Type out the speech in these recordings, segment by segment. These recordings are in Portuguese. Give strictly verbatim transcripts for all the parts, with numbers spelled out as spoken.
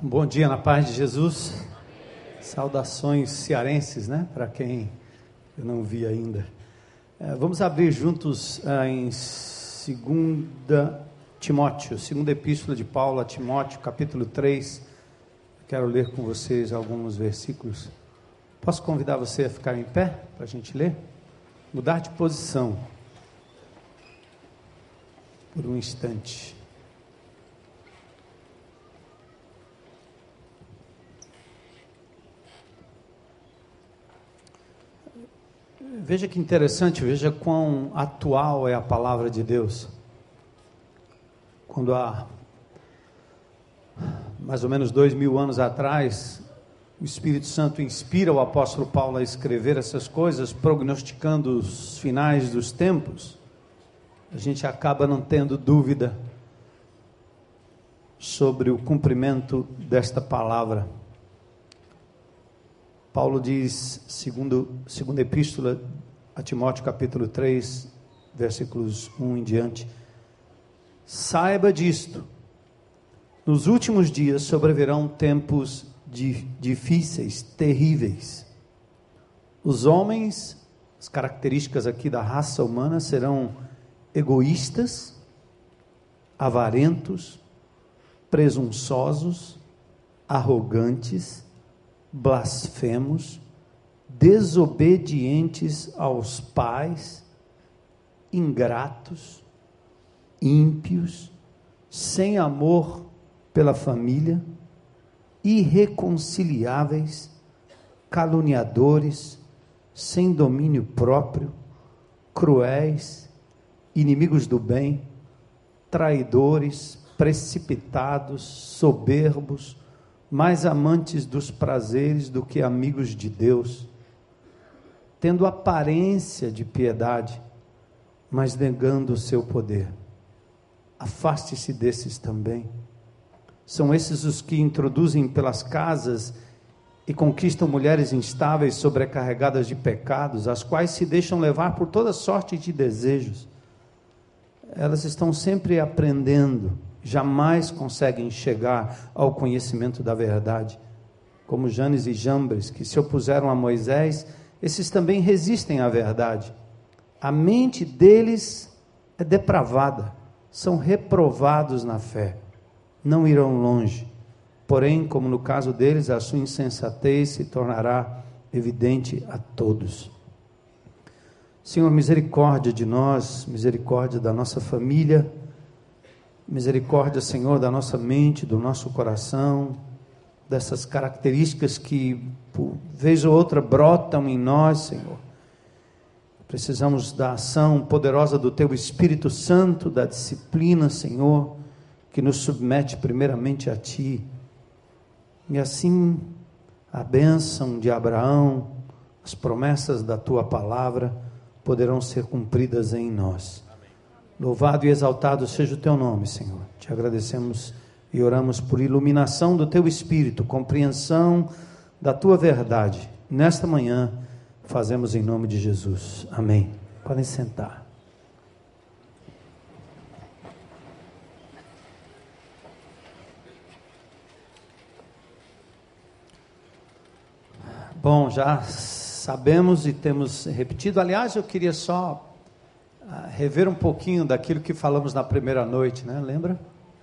Bom dia na paz de Jesus. Saudações cearenses, né? Para quem eu não vi ainda. É, vamos abrir juntos ah, em segunda Timóteo, segunda epístola de Paulo a Timóteo, capítulo três. Quero ler com vocês alguns versículos. Posso convidar você a ficar em pé para a gente ler? Mudar de posição por um instante. Veja que interessante, veja quão atual é a palavra de Deus. Quando há mais ou menos dois mil anos atrás, o Espírito Santo inspira o apóstolo Paulo a escrever essas coisas, prognosticando os finais dos tempos, a gente acaba não tendo dúvida sobre o cumprimento desta palavra. Paulo diz, segundo, segunda epístola a Timóteo, capítulo três, versículos um em diante: saiba disto, nos últimos dias sobrevirão tempos di, difíceis, terríveis. Os homens, as características aqui da raça humana, serão egoístas, avarentos, presunçosos, arrogantes, blasfemos, desobedientes aos pais, ingratos, ímpios, sem amor pela família, irreconciliáveis, caluniadores, sem domínio próprio, cruéis, inimigos do bem, traidores, precipitados, soberbos, mais amantes dos prazeres do que amigos de Deus, tendo aparência de piedade, mas negando o seu poder. Afaste-se desses também. São esses os que introduzem pelas casas e conquistam mulheres instáveis, sobrecarregadas de pecados, as quais se deixam levar por toda sorte de desejos. Elas estão sempre aprendendo, jamais conseguem chegar ao conhecimento da verdade, como Janes e Jambres, que se opuseram a Moisés. Esses também resistem à verdade. A mente deles é depravada, são reprovados na fé, não irão longe. Porém, como no caso deles, a sua insensatez se tornará evidente a todos. Senhor, misericórdia de nós, misericórdia da nossa família, misericórdia, Senhor, da nossa mente, do nosso coração, dessas características que, por vez ou outra, brotam em nós, Senhor. Precisamos da ação poderosa do Teu Espírito Santo, da disciplina, Senhor, que nos submete primeiramente a Ti. E assim, a bênção de Abraão, as promessas da Tua palavra poderão ser cumpridas em nós. Louvado e exaltado seja o Teu nome, Senhor. Te agradecemos e oramos por iluminação do Teu Espírito, compreensão da Tua verdade. Nesta manhã, fazemos em nome de Jesus. Amém. Podem sentar. Bom, já sabemos e temos repetido. Aliás, eu queria só uh, rever um pouquinho daquilo que falamos na primeira noite, né? Lembra?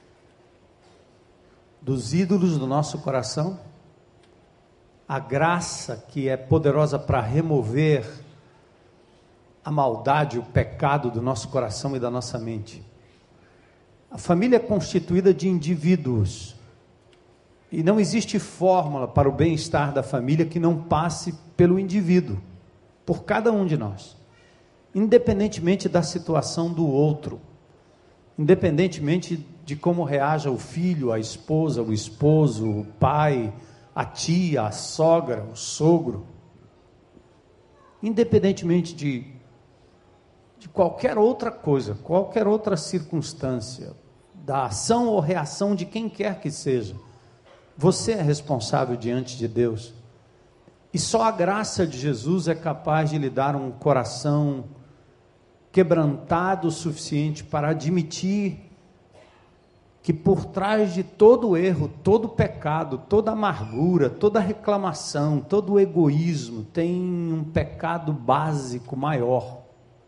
Dos ídolos do nosso coração. A graça que é poderosa para remover a maldade, o pecado do nosso coração e da nossa mente. A família é constituída de indivíduos. E não existe fórmula para o bem-estar da família que não passe pelo indivíduo, por cada um de nós, independentemente da situação do outro, independentemente de como reaja o filho, a esposa, o esposo, o pai, a tia, a sogra, o sogro, independentemente de, de qualquer outra coisa, qualquer outra circunstância, da ação ou reação de quem quer que seja, você é responsável diante de Deus, e só a graça de Jesus é capaz de lhe dar um coração quebrantado o suficiente para admitir que por trás de todo erro, todo pecado, toda amargura, toda reclamação, todo egoísmo, tem um pecado básico maior.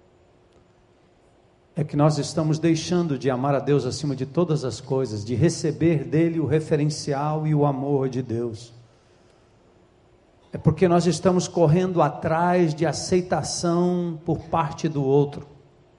É que nós estamos deixando de amar a Deus acima de todas as coisas, de receber dele o referencial e o amor de Deus. É porque nós estamos correndo atrás de aceitação por parte do outro.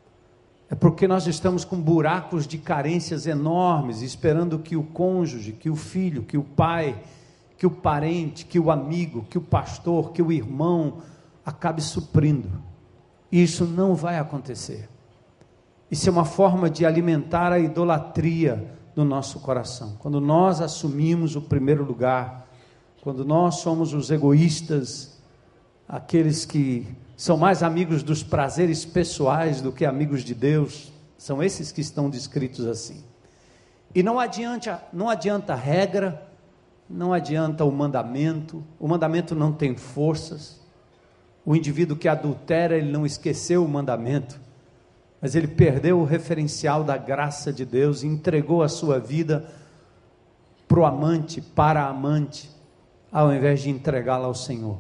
É porque nós estamos com buracos de carências enormes, esperando que o cônjuge, que o filho, que o pai, que o parente, que o amigo, que o pastor, que o irmão acabe suprindo. Isso não vai acontecer. Isso é uma forma de alimentar a idolatria no nosso coração. Quando nós assumimos o primeiro lugar, quando nós somos os egoístas, aqueles que são mais amigos dos prazeres pessoais do que amigos de Deus, são esses que estão descritos assim. E não adianta, não adianta regra, não adianta o mandamento, o mandamento não tem forças. O indivíduo que adultera, ele não esqueceu o mandamento, mas ele perdeu o referencial da graça de Deus e entregou a sua vida para o amante, para a amante, ao invés de entregá-la ao Senhor.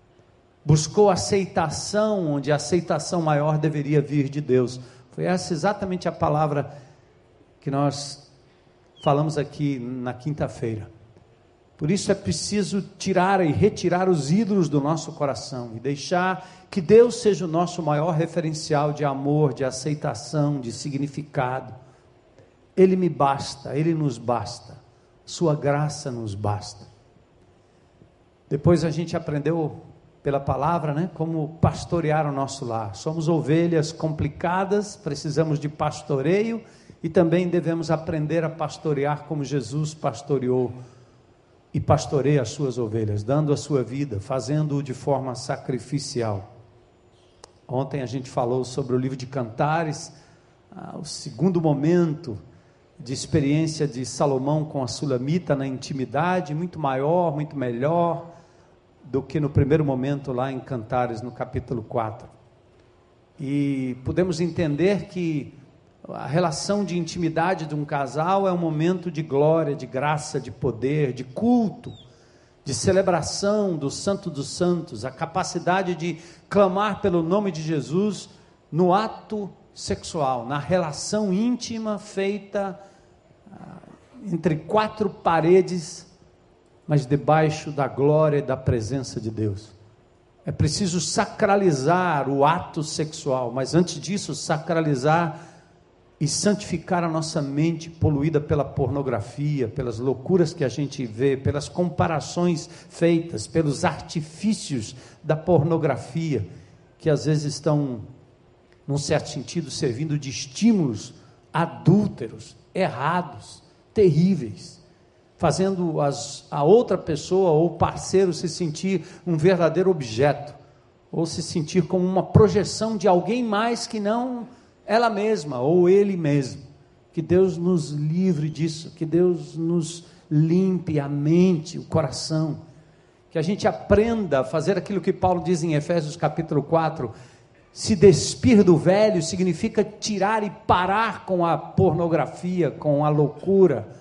Buscou aceitação, onde a aceitação maior deveria vir de Deus. Foi essa exatamente a palavra que nós falamos aqui na quinta-feira. Por isso é preciso tirar e retirar os ídolos do nosso coração e deixar que Deus seja o nosso maior referencial de amor, de aceitação, de significado. Ele me basta, Ele nos basta, sua graça nos basta. Depois a gente aprendeu pela palavra, né, como pastorear o nosso lar. Somos ovelhas complicadas, precisamos de pastoreio e também devemos aprender a pastorear como Jesus pastoreou e pastoreia as suas ovelhas, dando a sua vida, fazendo-o de forma sacrificial. Ontem a gente falou sobre o livro de Cantares, ah, o segundo momento de experiência de Salomão com a Sulamita na intimidade, muito maior, muito melhor do que no primeiro momento lá em Cantares, no capítulo quatro. E podemos entender que a relação de intimidade de um casal é um momento de glória, de graça, de poder, de culto, de celebração do Santo dos Santos, a capacidade de clamar pelo nome de Jesus no ato sexual, na relação íntima feita ah, entre quatro paredes, mas debaixo da glória e da presença de Deus. É preciso sacralizar o ato sexual, mas antes disso, sacralizar e santificar a nossa mente poluída pela pornografia, pelas loucuras que a gente vê, pelas comparações feitas, pelos artifícios da pornografia, que às vezes estão, num certo sentido, servindo de estímulos adúlteros, errados, terríveis, fazendo as, a outra pessoa ou parceiro se sentir um verdadeiro objeto, ou se sentir como uma projeção de alguém mais que não ela mesma, ou ele mesmo. Que Deus nos livre disso, que Deus nos limpe a mente, o coração, que a gente aprenda a fazer aquilo que Paulo diz em Efésios capítulo quatro, se despir do velho significa tirar e parar com a pornografia, com a loucura,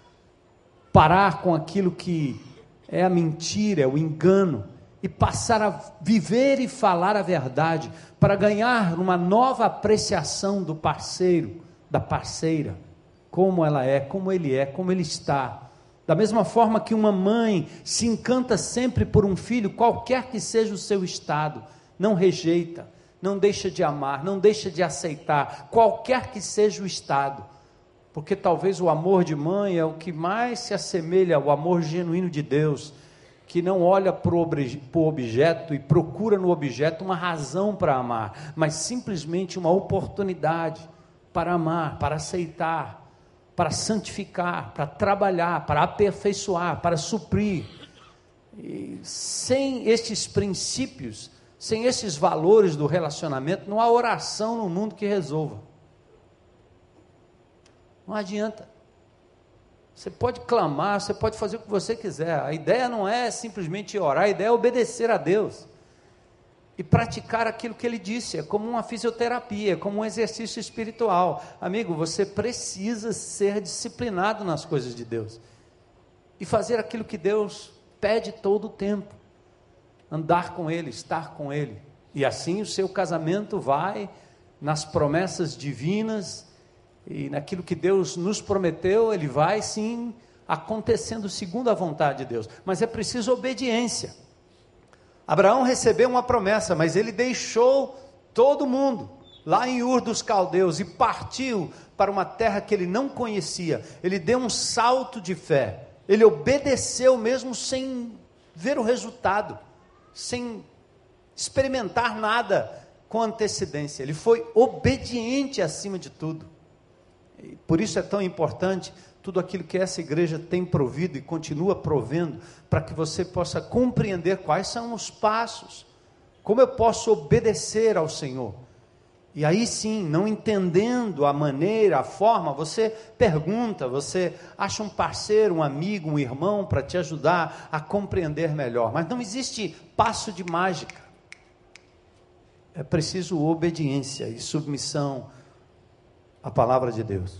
parar com aquilo que é a mentira, é o engano, e passar a viver e falar a verdade, para ganhar uma nova apreciação do parceiro, da parceira, como ela é, como ele é, como ele está. Da mesma forma que uma mãe se encanta sempre por um filho, qualquer que seja o seu estado, não rejeita, não deixa de amar, não deixa de aceitar, qualquer que seja o estado, porque talvez o amor de mãe é o que mais se assemelha ao amor genuíno de Deus, que não olha para o objeto e procura no objeto uma razão para amar, mas simplesmente uma oportunidade para amar, para aceitar, para santificar, para trabalhar, para aperfeiçoar, para suprir. E sem estes princípios, sem esses valores do relacionamento, não há oração no mundo que resolva. Não adianta. Você pode clamar, você pode fazer o que você quiser. A ideia não é simplesmente orar, a ideia é obedecer a Deus. e praticar aquilo que ele disse. É como uma fisioterapia, é como um exercício espiritual. Amigo, você precisa ser disciplinado nas coisas de Deus e fazer aquilo que Deus pede todo o tempo, andar com Ele, estar com Ele, e assim o seu casamento vai nas promessas divinas, e naquilo que Deus nos prometeu, ele vai sim acontecendo segundo a vontade de Deus, mas é preciso obediência. Abraão recebeu uma promessa, mas ele deixou todo mundo lá em Ur dos Caldeus e partiu para uma terra que ele não conhecia. Ele deu um salto de fé, ele obedeceu mesmo sem ver o resultado, sem experimentar nada com antecedência. Ele foi obediente acima de tudo. E por isso é tão importante tudo aquilo que essa igreja tem provido e continua provendo, para que você possa compreender quais são os passos, como eu posso obedecer ao Senhor. E aí sim, não entendendo a maneira, a forma, você pergunta, você acha um parceiro, um amigo, um irmão para te ajudar a compreender melhor. Mas não existe passo de mágica. É preciso obediência e submissão à palavra de Deus.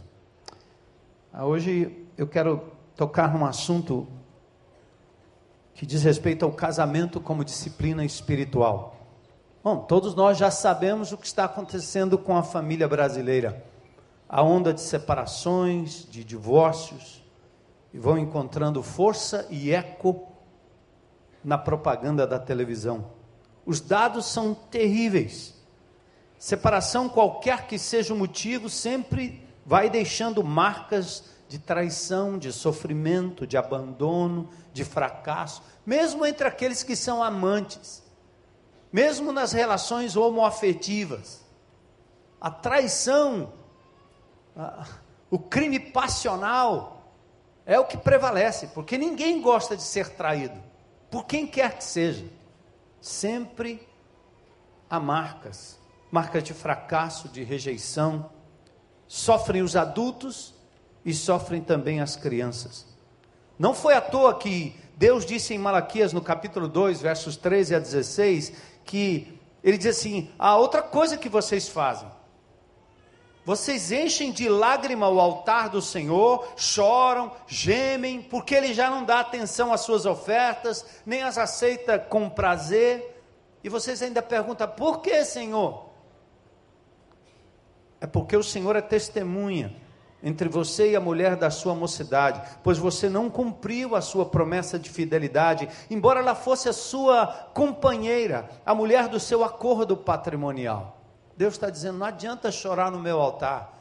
Hoje eu quero tocar num assunto que diz respeito ao casamento como disciplina espiritual. Bom, todos nós já sabemos o que está acontecendo com a família brasileira. A onda de separações, de divórcios, e vão encontrando força e eco na propaganda da televisão. Os dados são terríveis. Separação, qualquer que seja o motivo, sempre vai deixando marcas de traição, de sofrimento, de abandono, de fracasso, mesmo entre aqueles que são amantes, mesmo nas relações homoafetivas. A traição, a, o crime passional é o que prevalece, porque ninguém gosta de ser traído, por quem quer que seja. Sempre há marcas, marcas de fracasso, de rejeição. Sofrem os adultos e sofrem também as crianças. Não foi à toa que Deus disse em Malaquias, no capítulo dois, versos treze a dezesseis, que ele diz assim: há outra coisa que vocês fazem. Vocês enchem de lágrima o altar do Senhor, choram, gemem, porque Ele já não dá atenção às suas ofertas, nem as aceita com prazer, e vocês ainda perguntam: por que, Senhor? É porque o Senhor é testemunha entre você e a mulher da sua mocidade, pois você não cumpriu a sua promessa de fidelidade, embora ela fosse a sua companheira, a mulher do seu acordo patrimonial. Deus está dizendo: não adianta chorar no meu altar,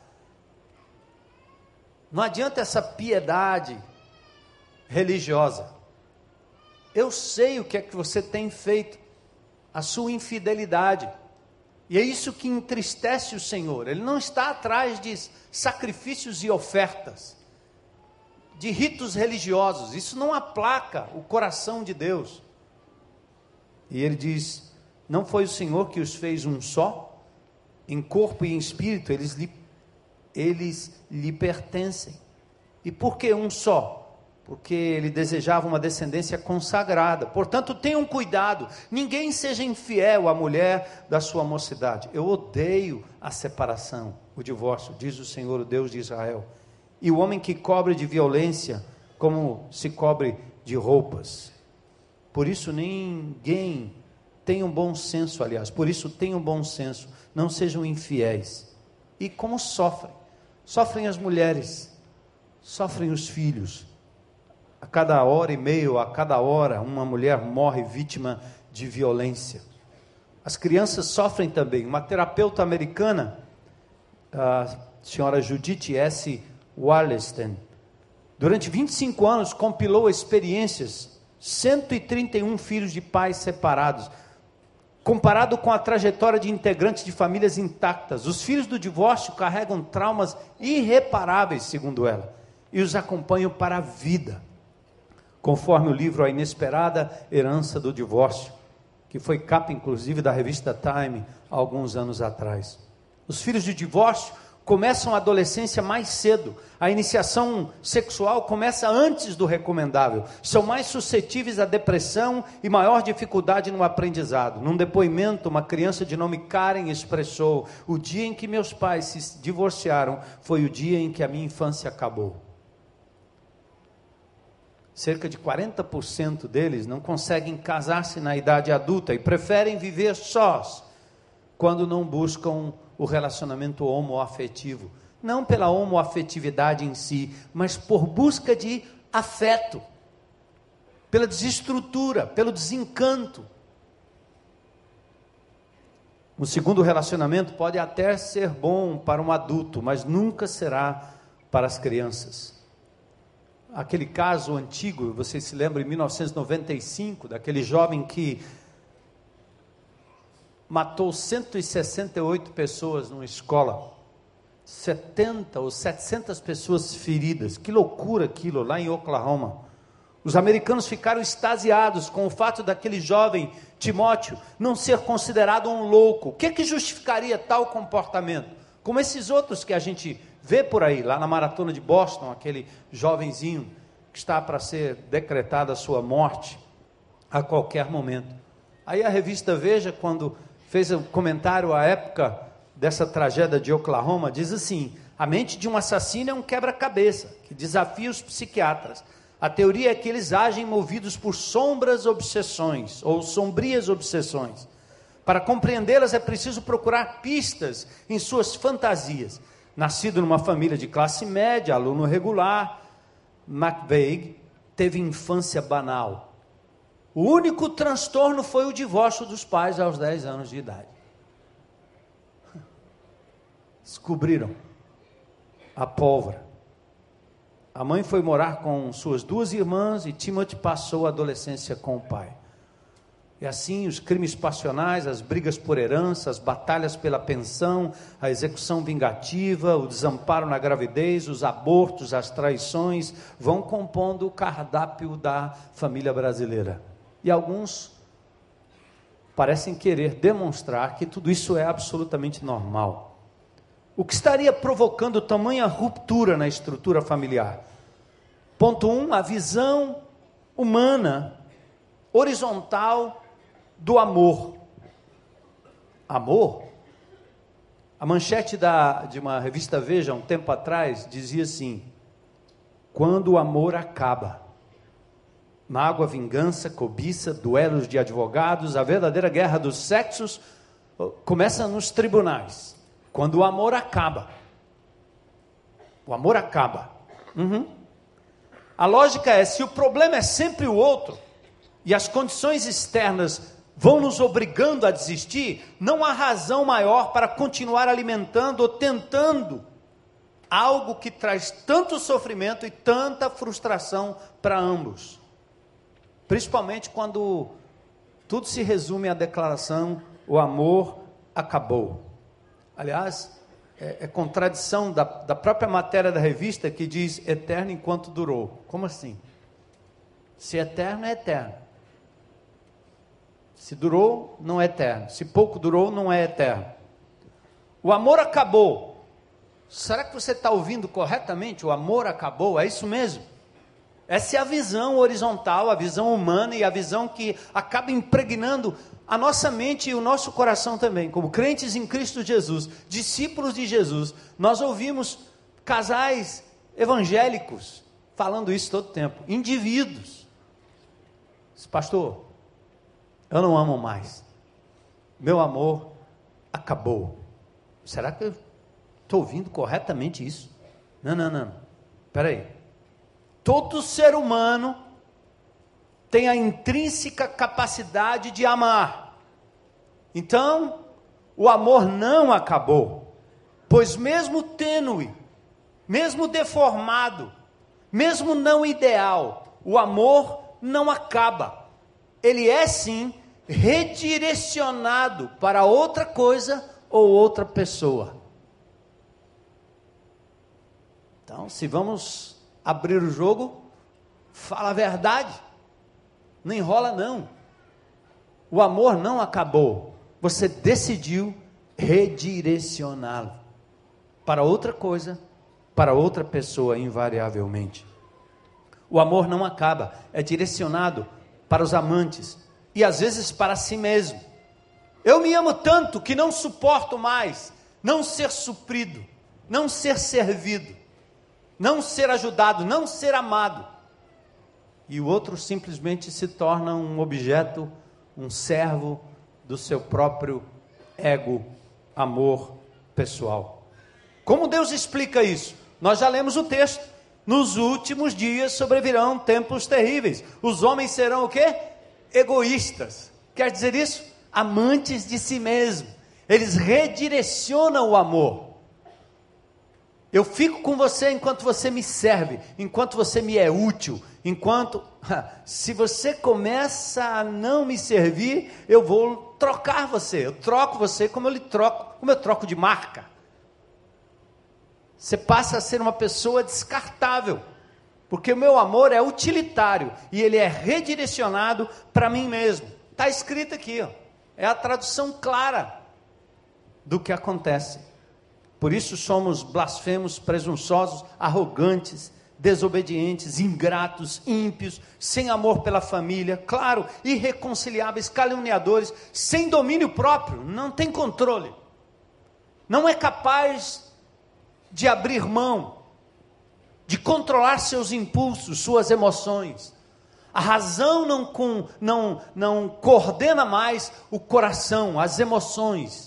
não adianta essa piedade religiosa, eu sei o que é que você tem feito, a sua infidelidade, e é isso que entristece o Senhor. Ele não está atrás de sacrifícios e ofertas, de ritos religiosos, isso não aplaca o coração de Deus. E Ele diz: não foi o Senhor que os fez um só? Em corpo e em espírito, eles lhe, eles lhe pertencem. E por que um só? Porque ele desejava uma descendência consagrada. Portanto, tenham cuidado, ninguém seja infiel à mulher da sua mocidade. Eu odeio a separação, o divórcio, diz o Senhor, o Deus de Israel. E o homem que cobre de violência, como se cobre de roupas. Por isso ninguém tenha um bom senso, aliás, por isso tenham bom senso, não sejam infiéis. E como sofrem? Sofrem as mulheres, sofrem os filhos. A cada hora e meia, a cada hora, uma mulher morre vítima de violência. As crianças sofrem também. Uma terapeuta americana, a senhora Judith S. Wallerstein, durante vinte e cinco anos compilou experiências, cento e trinta e um filhos de pais separados, comparado com a trajetória de integrantes de famílias intactas. Os filhos do divórcio carregam traumas irreparáveis, segundo ela, e os acompanham para a vida, conforme o livro A Inesperada Herança do Divórcio, que foi capa inclusive da revista Time há alguns anos atrás. Os filhos de divórcio começam a adolescência mais cedo. A iniciação sexual começa antes do recomendável. São mais suscetíveis à depressão e maior dificuldade no aprendizado. Num depoimento, uma criança de nome Karen expressou: o dia em que meus pais se divorciaram foi o dia em que a minha infância acabou. Cerca de quarenta por cento deles não conseguem casar-se na idade adulta e preferem viver sós, quando não buscam o relacionamento homoafetivo. Não pela homoafetividade em si, mas por busca de afeto, pela desestrutura, pelo desencanto. O segundo relacionamento pode até ser bom para um adulto, mas nunca será para as crianças. Aquele caso antigo, vocês se lembram, em mil novecentos e noventa e cinco, daquele jovem que matou cento e sessenta e oito pessoas numa escola, setenta ou setecentas pessoas feridas. Que loucura aquilo, lá em Oklahoma. Os americanos ficaram extasiados com o fato daquele jovem Timóteo não ser considerado um louco. O que que justificaria tal comportamento? Como esses outros que a gente vê por aí, lá na maratona de Boston, aquele jovenzinho que está para ser decretada a sua morte a qualquer momento. Aí a revista Veja, quando fez um comentário à época dessa tragédia de Oklahoma, diz assim: a mente de um assassino é um quebra-cabeça que desafia os psiquiatras. A teoria é que eles agem movidos por sombras obsessões, ou sombrias obsessões. Para compreendê-las é preciso procurar pistas em suas fantasias. Nascido numa família de classe média, aluno regular, McVeigh teve infância banal. O único transtorno foi o divórcio dos pais aos dez anos de idade. Descobriram a pólvora. A mãe foi morar com suas duas irmãs e Timothy passou a adolescência com o pai. E assim os crimes passionais, as brigas por herança, as batalhas pela pensão, a execução vingativa, o desamparo na gravidez, os abortos, as traições, vão compondo o cardápio da família brasileira. E alguns parecem querer demonstrar que tudo isso é absolutamente normal. O que estaria provocando tamanha ruptura na estrutura familiar? Ponto um, a visão humana, horizontal, do amor. Amor? A manchete da, de uma revista Veja, um tempo atrás, dizia assim: quando o amor acaba, mágoa, vingança, cobiça, duelos de advogados, a verdadeira guerra dos sexos começa nos tribunais. Quando o amor acaba. O amor acaba. Uhum. A lógica é, se o problema é sempre o outro, e as condições externas vão nos obrigando a desistir, não há razão maior para continuar alimentando ou tentando algo que traz tanto sofrimento e tanta frustração para ambos. Principalmente quando tudo se resume à declaração: o amor acabou. Aliás, é, é contradição da, da própria matéria da revista, que diz eterno enquanto durou. Como assim? Se eterno, é eterno. Se durou, não é eterno. Se pouco durou, não é eterno. O amor acabou. Será que você está ouvindo corretamente? O amor acabou, é isso mesmo? Essa é a visão horizontal, a visão humana e a visão que acaba impregnando a nossa mente e o nosso coração também. Como crentes em Cristo Jesus, discípulos de Jesus, nós ouvimos casais evangélicos falando isso todo o tempo. Indivíduos. Pastor, eu não amo mais. Meu amor acabou. Será que eu estou ouvindo corretamente isso? Não, não, não. Espera aí. Todo ser humano tem a intrínseca capacidade de amar. Então, o amor não acabou. Pois mesmo tênue, mesmo deformado, mesmo não ideal, o amor não acaba. Ele é sim redirecionado para outra coisa ou outra pessoa. Então, se vamos abrir o jogo, fala a verdade, não enrola não. O amor não acabou, você decidiu redirecioná-lo. para outra coisa, para outra pessoa, invariavelmente. O amor não acaba, é direcionado para os amantes e às vezes para si mesmo. Eu me amo tanto que não suporto mais não ser suprido, não ser servido, não ser ajudado, não ser amado. E o outro simplesmente se torna um objeto, um servo do seu próprio ego, amor pessoal. Como Deus explica isso? Nós já lemos o texto. Nos últimos dias sobrevirão tempos terríveis. Os homens serão o quê? Egoístas. Quer dizer isso? Amantes de si mesmo. Eles redirecionam o amor. Eu fico com você enquanto você me serve, enquanto você me é útil, enquanto... Se você começa a não me servir, eu vou trocar você. Eu troco você como eu lhe troco, como eu troco de marca. Você passa a ser uma pessoa descartável, porque o meu amor é utilitário e ele é redirecionado para mim mesmo. Está escrito aqui, ó. É a tradução clara do que acontece. Por isso somos blasfemos, presunçosos, arrogantes, desobedientes, ingratos, ímpios, sem amor pela família, claro, irreconciliáveis, caluniadores, sem domínio próprio, não tem controle, não é capaz de abrir mão, de controlar seus impulsos, suas emoções. A razão não, com, não, não coordena mais o coração, as emoções.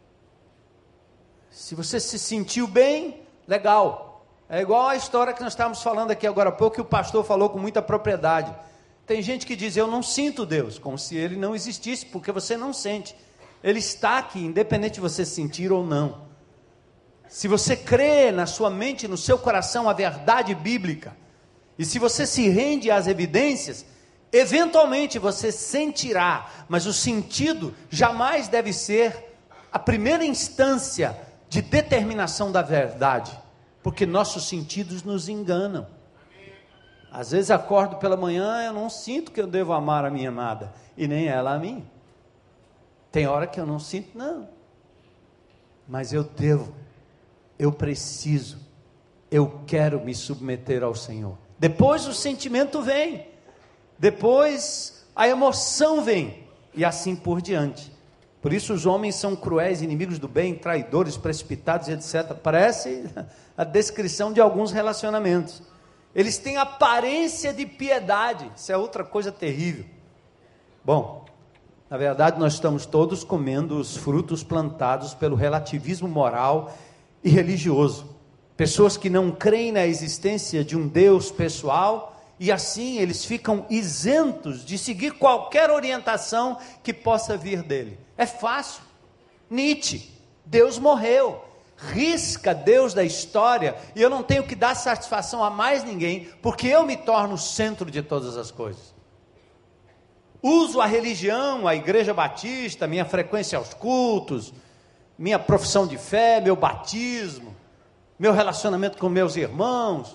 Se você se sentiu bem, legal. É igual a história que nós estávamos falando aqui agora há pouco, que o pastor falou com muita propriedade. Tem gente que diz, eu não sinto Deus, como se ele não existisse, porque você não sente. Ele está aqui, independente de você sentir ou não. Se você crê na sua mente, no seu coração, a verdade bíblica, e se você se rende às evidências, eventualmente você sentirá, mas o sentido jamais deve ser a primeira instância de determinação da verdade, porque nossos sentidos nos enganam. Às vezes acordo pela manhã, eu não sinto que eu devo amar a minha amada, e nem ela a mim. Tem hora que eu não sinto, não, mas eu devo, eu preciso, eu quero me submeter ao Senhor. Depois o sentimento vem, depois a emoção vem, e assim por diante. Por isso os homens são cruéis, inimigos do bem, traidores, precipitados, etcétera. Parece a descrição de alguns relacionamentos. Eles têm aparência de piedade, isso é outra coisa terrível. Bom, na verdade nós estamos todos comendo os frutos plantados pelo relativismo moral e religioso. Pessoas que não creem na existência de um Deus pessoal, e assim eles ficam isentos de seguir qualquer orientação que possa vir dele. É fácil. Nietzsche, Deus morreu, risca Deus da história, e eu não tenho que dar satisfação a mais ninguém, porque eu me torno o centro de todas as coisas. Uso a religião, a igreja batista, minha frequência aos cultos, minha profissão de fé, meu batismo, meu relacionamento com meus irmãos,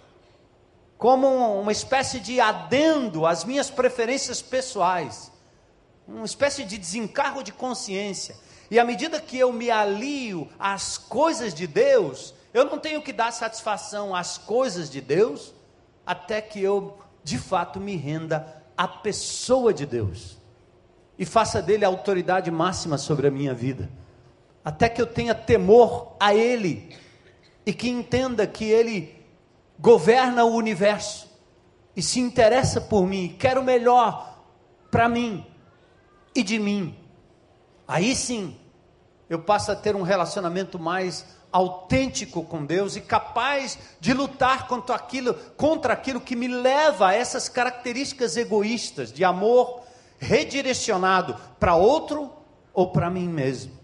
como uma espécie de adendo às minhas preferências pessoais, uma espécie de desencargo de consciência. E à medida que eu me alio às coisas de Deus, eu não tenho que dar satisfação às coisas de Deus, até que eu de fato me renda à pessoa de Deus, e faça dele a autoridade máxima sobre a minha vida, até que eu tenha temor a Ele, e que entenda que Ele governa o universo, e se interessa por mim, quer o melhor para mim, e de mim. Aí sim, eu passo a ter um relacionamento mais autêntico com Deus, e capaz de lutar contra aquilo, contra aquilo que me leva a essas características egoístas, de amor redirecionado para outro, ou para mim mesmo.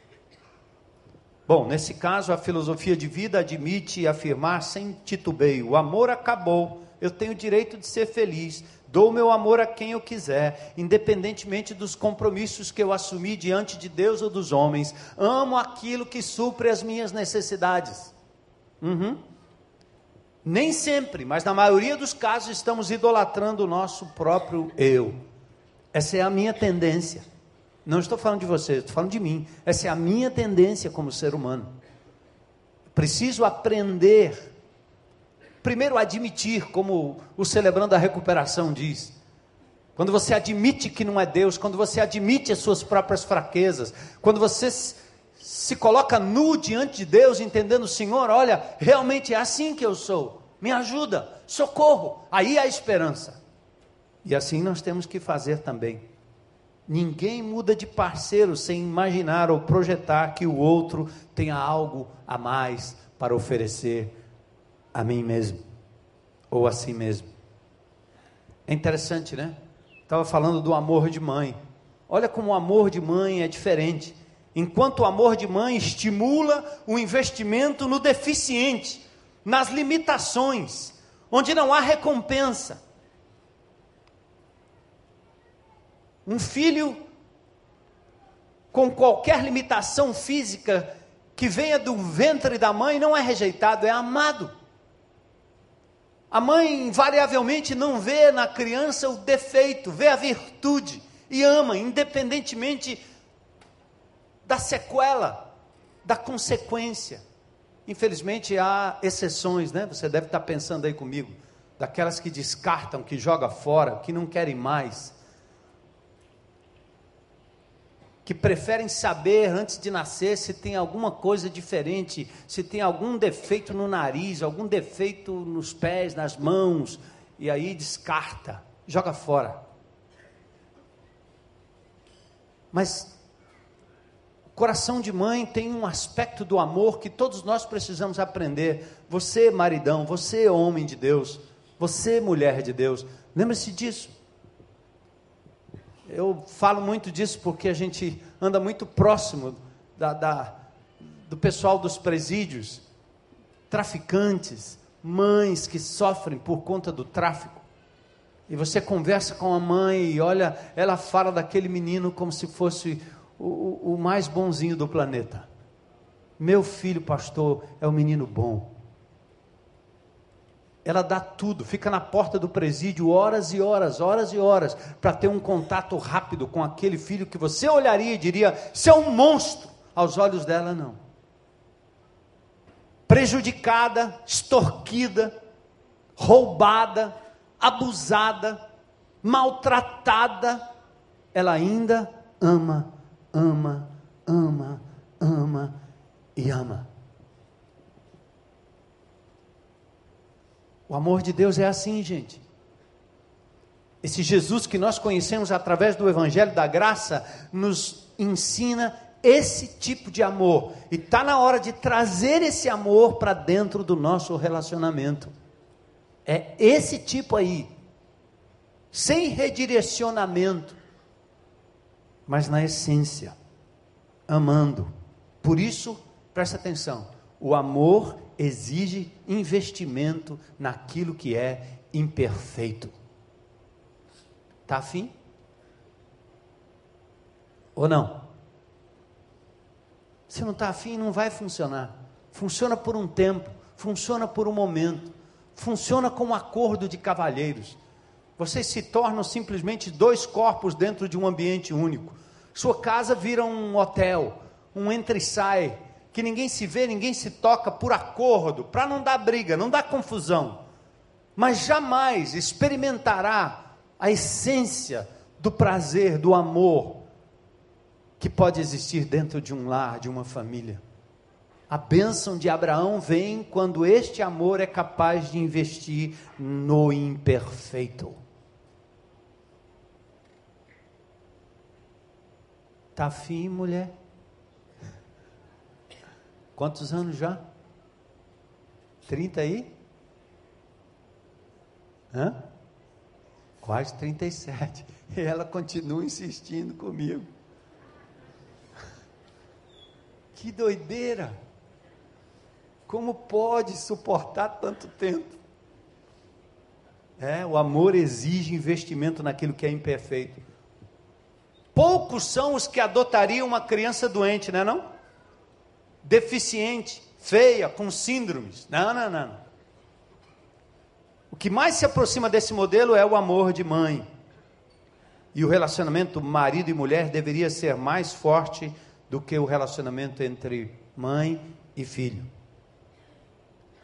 Bom, nesse caso, a filosofia de vida admite afirmar sem titubeio: o amor acabou, eu tenho o direito de ser feliz, dou meu amor a quem eu quiser, independentemente dos compromissos que eu assumi diante de Deus ou dos homens, amo aquilo que supre as minhas necessidades. Uhum. Nem sempre, mas na maioria dos casos estamos idolatrando o nosso próprio eu. Essa é a minha tendência. Não estou falando de você, estou falando de mim. Essa é a minha tendência como ser humano. Preciso aprender, primeiro admitir, como o Celebrando a Recuperação diz. Quando você admite que não é Deus, quando você admite as suas próprias fraquezas, quando você se coloca nu diante de Deus, entendendo, Senhor, olha, realmente é assim que eu sou, me ajuda, socorro, aí há esperança. E assim nós temos que fazer também. Ninguém muda de parceiro sem imaginar ou projetar que o outro tenha algo a mais para oferecer a mim mesmo, ou a si mesmo. É interessante, né? Estava falando do amor de mãe. Olha como o amor de mãe é diferente. Enquanto o amor de mãe estimula o investimento no deficiente, nas limitações, onde não há recompensa. Um filho com qualquer limitação física que venha do ventre da mãe não é rejeitado, é amado. A mãe invariavelmente não vê na criança o defeito, vê a virtude e ama, independentemente da sequela, da consequência. Infelizmente há exceções, né? Você deve estar pensando aí comigo, daquelas que descartam, que jogam fora, que não querem mais, que preferem saber antes de nascer se tem alguma coisa diferente, se tem algum defeito no nariz, algum defeito nos pés, nas mãos, e aí descarta, joga fora. Mas o coração de mãe tem um aspecto do amor que todos nós precisamos aprender. Você, maridão, você, homem de Deus, você, mulher de Deus, lembre-se disso. Eu falo muito disso porque a gente anda muito próximo da, da, do pessoal dos presídios, traficantes, mães que sofrem por conta do tráfico. E você conversa com a mãe e olha, ela fala daquele menino como se fosse o, o mais bonzinho do planeta. Meu filho, pastor, é um menino bom. Ela dá tudo, fica na porta do presídio horas e horas, horas e horas, para ter um contato rápido com aquele filho que você olharia e diria, isso é um monstro, aos olhos dela não. Prejudicada, extorquida, roubada, abusada, maltratada, ela ainda ama, ama, ama, ama e ama. O amor de Deus é assim, gente. Esse Jesus que nós conhecemos através do Evangelho da Graça, nos ensina esse tipo de amor. E está na hora de trazer esse amor para dentro do nosso relacionamento. É esse tipo aí. Sem redirecionamento. Mas na essência. Amando. Por isso, presta atenção. O amor exige investimento naquilo que é imperfeito. Está afim? Ou não? Se não está afim, não vai funcionar. Funciona por um tempo, funciona por um momento, funciona como um acordo de cavalheiros. Vocês se tornam simplesmente dois corpos dentro de um ambiente único. Sua casa vira um hotel, um entra e sai, que ninguém se vê, ninguém se toca por acordo, para não dar briga, não dar confusão, mas jamais experimentará a essência do prazer, do amor, que pode existir dentro de um lar, de uma família. A bênção de Abraão vem quando este amor é capaz de investir no imperfeito. Está afim, mulher? Quantos anos já? trinta aí? Hã? Quase trinta e sete. E ela continua insistindo comigo. Que doideira! Como pode suportar tanto tempo? É, o amor exige investimento naquilo que é imperfeito. Poucos são os que adotariam uma criança doente, não é não? Deficiente, feia, com síndromes. Não, não, não. O que mais se aproxima desse modelo é o amor de mãe. E o relacionamento marido e mulher deveria ser mais forte do que o relacionamento entre mãe e filho.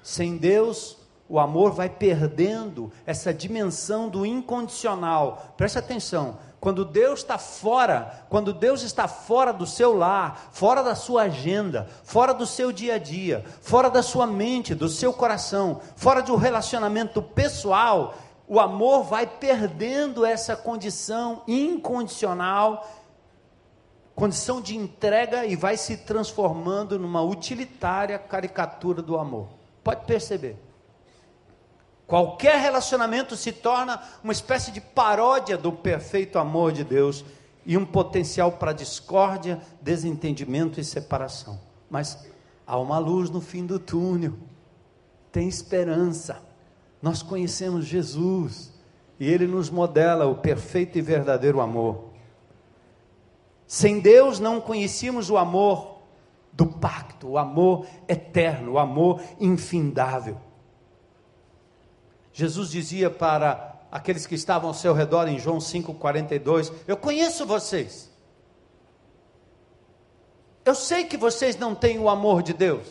Sem Deus, o amor vai perdendo essa dimensão do incondicional. Preste atenção, quando Deus está fora, quando Deus está fora do seu lar, fora da sua agenda, fora do seu dia a dia, fora da sua mente, do seu coração, fora de um relacionamento pessoal, o amor vai perdendo essa condição incondicional, condição de entrega, e vai se transformando numa utilitária caricatura do amor. Pode perceber. Qualquer relacionamento se torna uma espécie de paródia do perfeito amor de Deus e um potencial para discórdia, desentendimento e separação. Mas há uma luz no fim do túnel, tem esperança. Nós conhecemos Jesus e Ele nos modela o perfeito e verdadeiro amor. Sem Deus não conhecíamos o amor do pacto, o amor eterno, o amor infindável. Jesus dizia para aqueles que estavam ao seu redor em João cinco, quarenta e dois, eu conheço vocês, eu sei que vocês não têm o amor de Deus.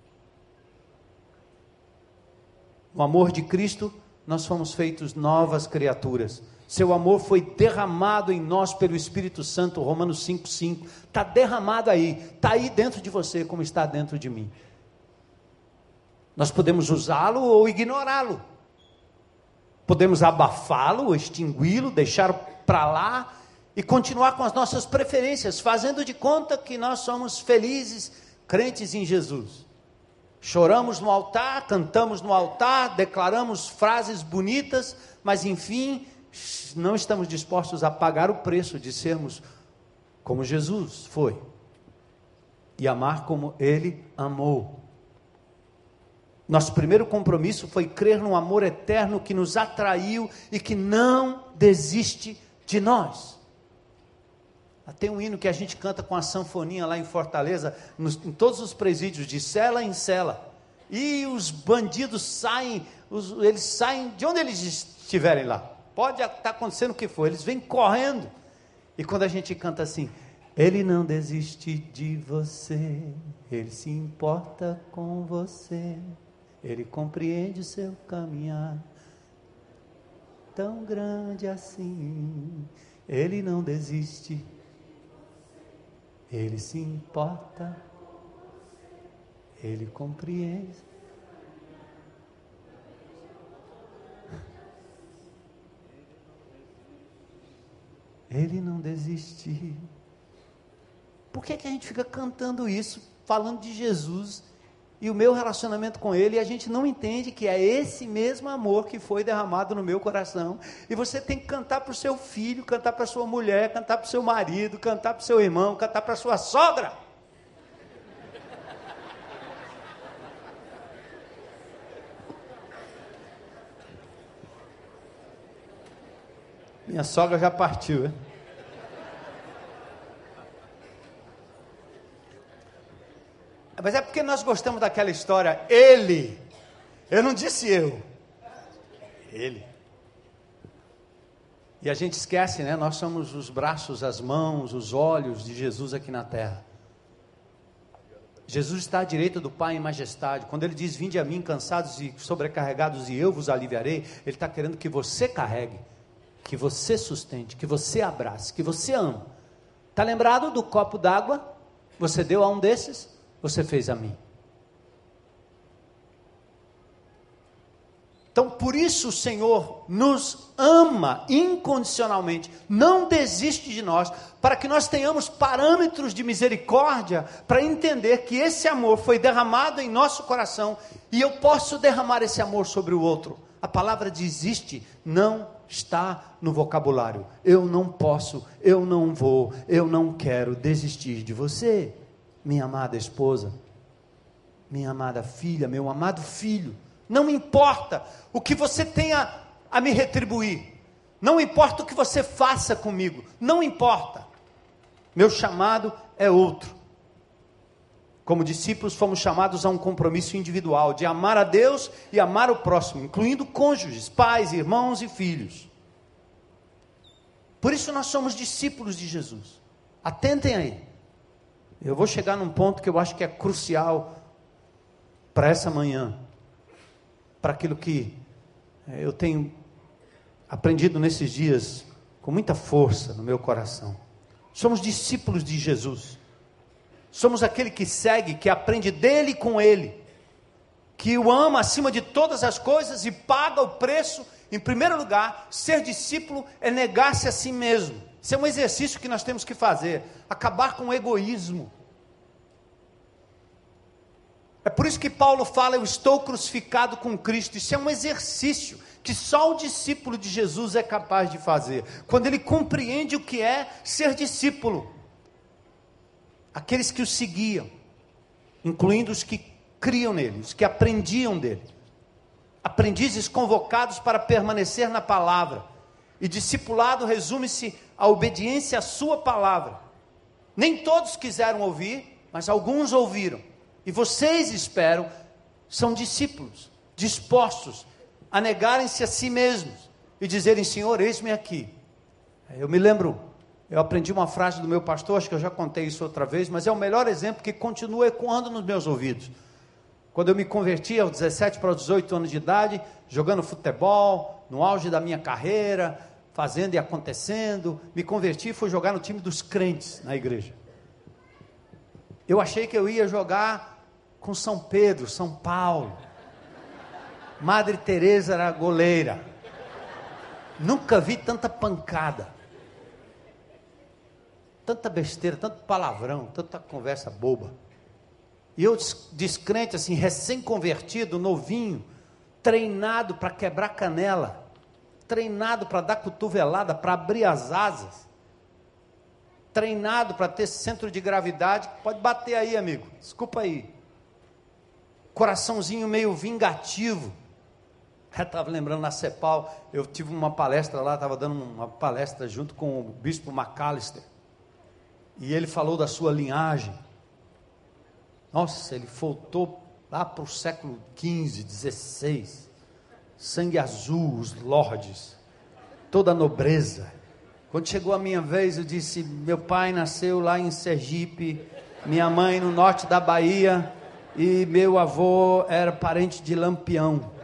No amor de Cristo, nós fomos feitos novas criaturas. Seu amor foi derramado em nós pelo Espírito Santo, Romanos cinco, cinco. Está derramado aí, está aí dentro de você, como está dentro de mim. Nós podemos usá-lo ou ignorá-lo. Podemos abafá-lo, extingui-lo, deixar para lá e continuar com as nossas preferências, fazendo de conta que nós somos felizes, crentes em Jesus. Choramos no altar, cantamos no altar, declaramos frases bonitas, mas enfim, não estamos dispostos a pagar o preço de sermos como Jesus foi e amar como Ele amou. Nosso primeiro compromisso foi crer no amor eterno que nos atraiu e que não desiste de nós. Tem um hino que a gente canta com a sanfoninha lá em Fortaleza, nos, em todos os presídios, de cela em cela, e os bandidos saem, os, eles saem de onde eles estiverem lá, pode estar acontecendo o que for, eles vêm correndo, e quando a gente canta assim, Ele não desiste de você, Ele se importa com você, Ele compreende o seu caminhar, tão grande assim, Ele não desiste, Ele se importa, Ele compreende. Ele não desiste. Por que que a gente fica cantando isso, falando de Jesus e o meu relacionamento com Ele, e a gente não entende que é esse mesmo amor que foi derramado no meu coração, e você tem que cantar para o seu filho, cantar para a sua mulher, cantar para o seu marido, cantar para o seu irmão, cantar para a sua sogra. Minha sogra já partiu, hein? Mas é porque nós gostamos daquela história, Ele, eu não disse eu, Ele. E a gente esquece, né? Nós somos os braços, as mãos, os olhos de Jesus aqui na terra. Jesus está à direita do Pai em majestade. Quando Ele diz, vinde a mim cansados e sobrecarregados e eu vos aliviarei, Ele está querendo que você carregue, que você sustente, que você abrace, que você ame. Está lembrado do copo d'água? Você deu a um desses? Você fez a mim. Então, por isso o Senhor nos ama incondicionalmente, não desiste de nós, para que nós tenhamos parâmetros de misericórdia, para entender que esse amor foi derramado em nosso coração, e eu posso derramar esse amor sobre o outro. A palavra desiste não está no vocabulário. Eu não posso, eu não vou, eu não quero desistir de você. Minha amada esposa, minha amada filha, meu amado filho, não importa o que você tenha a me retribuir, não importa o que você faça comigo, não importa, meu chamado é outro. Como discípulos fomos chamados a um compromisso individual, de amar a Deus e amar o próximo, incluindo cônjuges, pais, irmãos e filhos. Por isso nós somos discípulos de Jesus. Atentem aí. Eu vou chegar num ponto que eu acho que é crucial para essa manhã. para aquilo que eu tenho aprendido nesses dias com muita força no meu coração. Somos discípulos de Jesus. Somos aquele que segue, que aprende dele e com ele, que o ama acima de todas as coisas e paga o preço. Em primeiro lugar, ser discípulo é negar-se a si mesmo. Isso é um exercício que nós temos que fazer, acabar com o egoísmo. É por isso que Paulo fala, eu estou crucificado com Cristo. Isso é um exercício que só o discípulo de Jesus é capaz de fazer, quando ele compreende o que é ser discípulo. Aqueles que o seguiam, incluindo os que criam nele, os que aprendiam dele, aprendizes convocados para permanecer na palavra, e discipulado resume-se à obediência à sua palavra. Nem todos quiseram ouvir, mas alguns ouviram, e vocês, esperam, são discípulos, dispostos a negarem-se a si mesmos, e dizerem, Senhor, eis-me aqui. Eu me lembro, eu aprendi uma frase do meu pastor, acho que eu já contei isso outra vez, mas é o melhor exemplo que continua ecoando nos meus ouvidos. Quando eu me converti aos dezessete para os dezoito anos de idade, jogando futebol, no auge da minha carreira, fazendo e acontecendo, me converti e fui jogar no time dos crentes na igreja. Eu achei que eu ia jogar com São Pedro, São Paulo. Madre Teresa era goleira. Nunca vi tanta pancada, tanta besteira, tanto palavrão, tanta conversa boba. E eu descrente assim, recém-convertido, novinho, treinado para quebrar canela, treinado para dar cotovelada, para abrir as asas, treinado para ter centro de gravidade. Pode bater aí, amigo, desculpa aí. Coraçãozinho meio vingativo. Eu estava lembrando na CEPAL, eu tive uma palestra lá, estava dando uma palestra junto com o bispo McAllister, e ele falou da sua linhagem. Nossa, ele voltou lá para o século quinze, dezesseis, sangue azul, os lordes, toda a nobreza. Quando chegou a minha vez, eu disse, meu pai nasceu lá em Sergipe, minha mãe no norte da Bahia, e meu avô era parente de Lampião.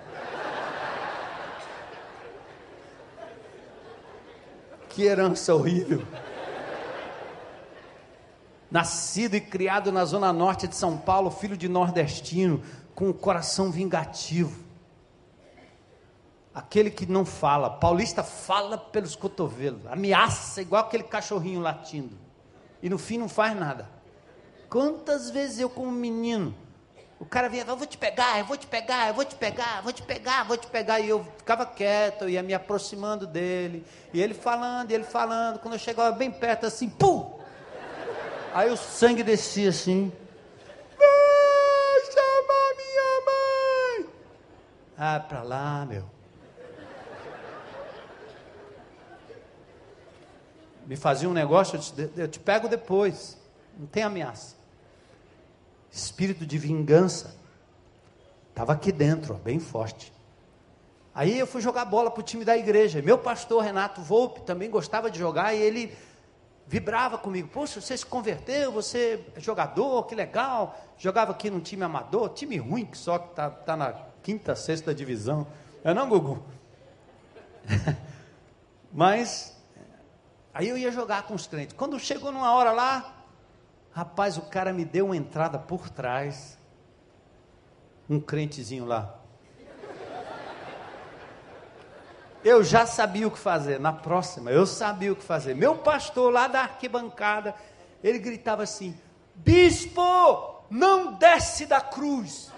Que herança horrível. Nascido e criado na zona norte de São Paulo, filho de nordestino, com o coração vingativo. Aquele que não fala, paulista fala pelos cotovelos, ameaça igual aquele cachorrinho latindo, e no fim não faz nada. Quantas vezes eu como menino, o cara vinha, eu vou te pegar, eu vou te pegar, eu vou te pegar, eu vou te pegar, eu vou te pegar, e eu ficava quieto, eu ia me aproximando dele, e ele falando, e ele falando, quando eu chegava bem perto assim, pum! Aí o sangue descia assim, vai chamar minha mãe! Ah, pra lá, meu. Me fazia um negócio, eu te, eu te pego depois, não tem ameaça. Espírito de vingança estava aqui dentro, ó, bem forte. Aí eu fui jogar bola para o time da igreja. Meu pastor Renato Volpe também gostava de jogar, e ele vibrava comigo. Poxa, você se converteu, você é jogador, que legal. Jogava aqui num time amador, time ruim que só, que está tá na quinta, sexta divisão. É não, Gugu? Mas aí eu ia jogar com os crentes. Quando chegou numa hora lá, rapaz, o cara me deu uma entrada por trás, um crentezinho lá. Eu já sabia o que fazer, na próxima, eu sabia o que fazer. Meu pastor lá da arquibancada, ele gritava assim, bispo, não desce da cruz.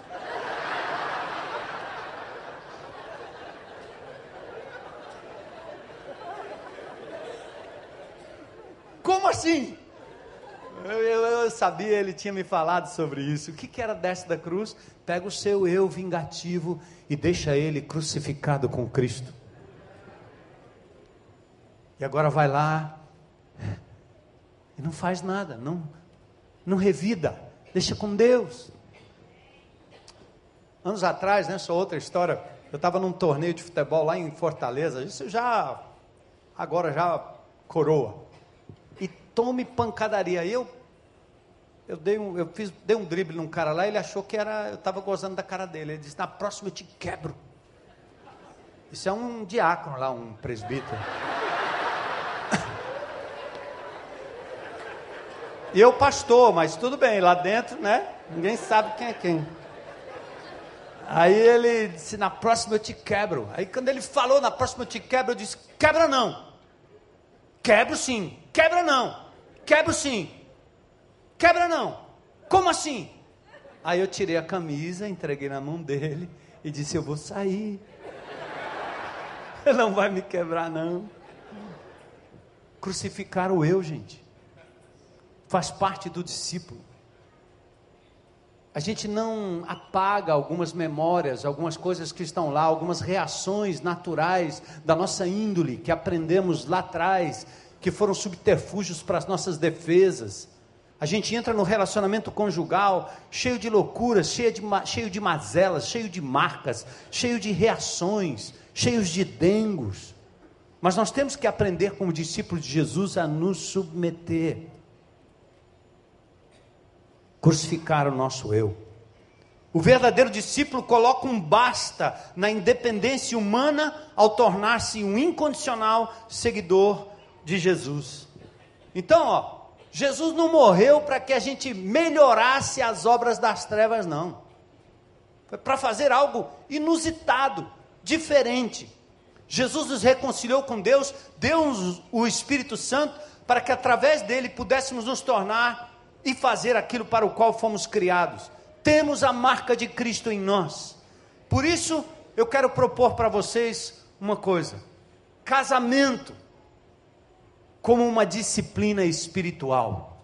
Como assim? Eu, eu, eu sabia, ele tinha me falado sobre isso. O que, que era desce da cruz? Pega o seu eu vingativo e deixa ele crucificado com Cristo. E agora vai lá e não faz nada, não, não revida, deixa com Deus. Anos atrás, né, só outra história, eu estava num torneio de futebol lá em Fortaleza, isso já, agora já coroa, e tome pancadaria. E eu, eu, dei um, eu fiz, dei um drible num cara lá, ele achou que era, eu estava gozando da cara dele, ele disse, na próxima eu te quebro. Isso é um diácono lá, um presbítero. E eu pastor, mas tudo bem, lá dentro, né? Ninguém sabe quem é quem. Aí ele disse, na próxima eu te quebro. Aí quando ele falou, na próxima eu te quebro, eu disse, quebra não. Quebro sim. Quebra não. Quebro sim. Quebra não. Como assim? Aí eu tirei a camisa, entreguei na mão dele e disse, eu vou sair. Ele não vai me quebrar não. Crucificaram eu, gente. Faz parte do discípulo. A gente não apaga algumas memórias, algumas coisas que estão lá, algumas reações naturais da nossa índole, que aprendemos lá atrás, que foram subterfúgios para as nossas defesas. A gente entra no relacionamento conjugal, cheio de loucuras, cheio de, cheio de mazelas, cheio de marcas, cheio de reações, cheios de dengos. Mas nós temos que aprender, como discípulos de Jesus, a nos submeter. Crucificar o nosso eu. O verdadeiro discípulo coloca um basta na independência humana ao tornar-se um incondicional seguidor de Jesus. Então, ó, Jesus não morreu para que a gente melhorasse as obras das trevas, não. Foi para fazer algo inusitado, diferente. Jesus nos reconciliou com Deus, deu-nos o Espírito Santo para que através dele pudéssemos nos tornar e fazer aquilo para o qual fomos criados. Temos a marca de Cristo em nós. Por isso, eu quero propor para vocês uma coisa: casamento como uma disciplina espiritual.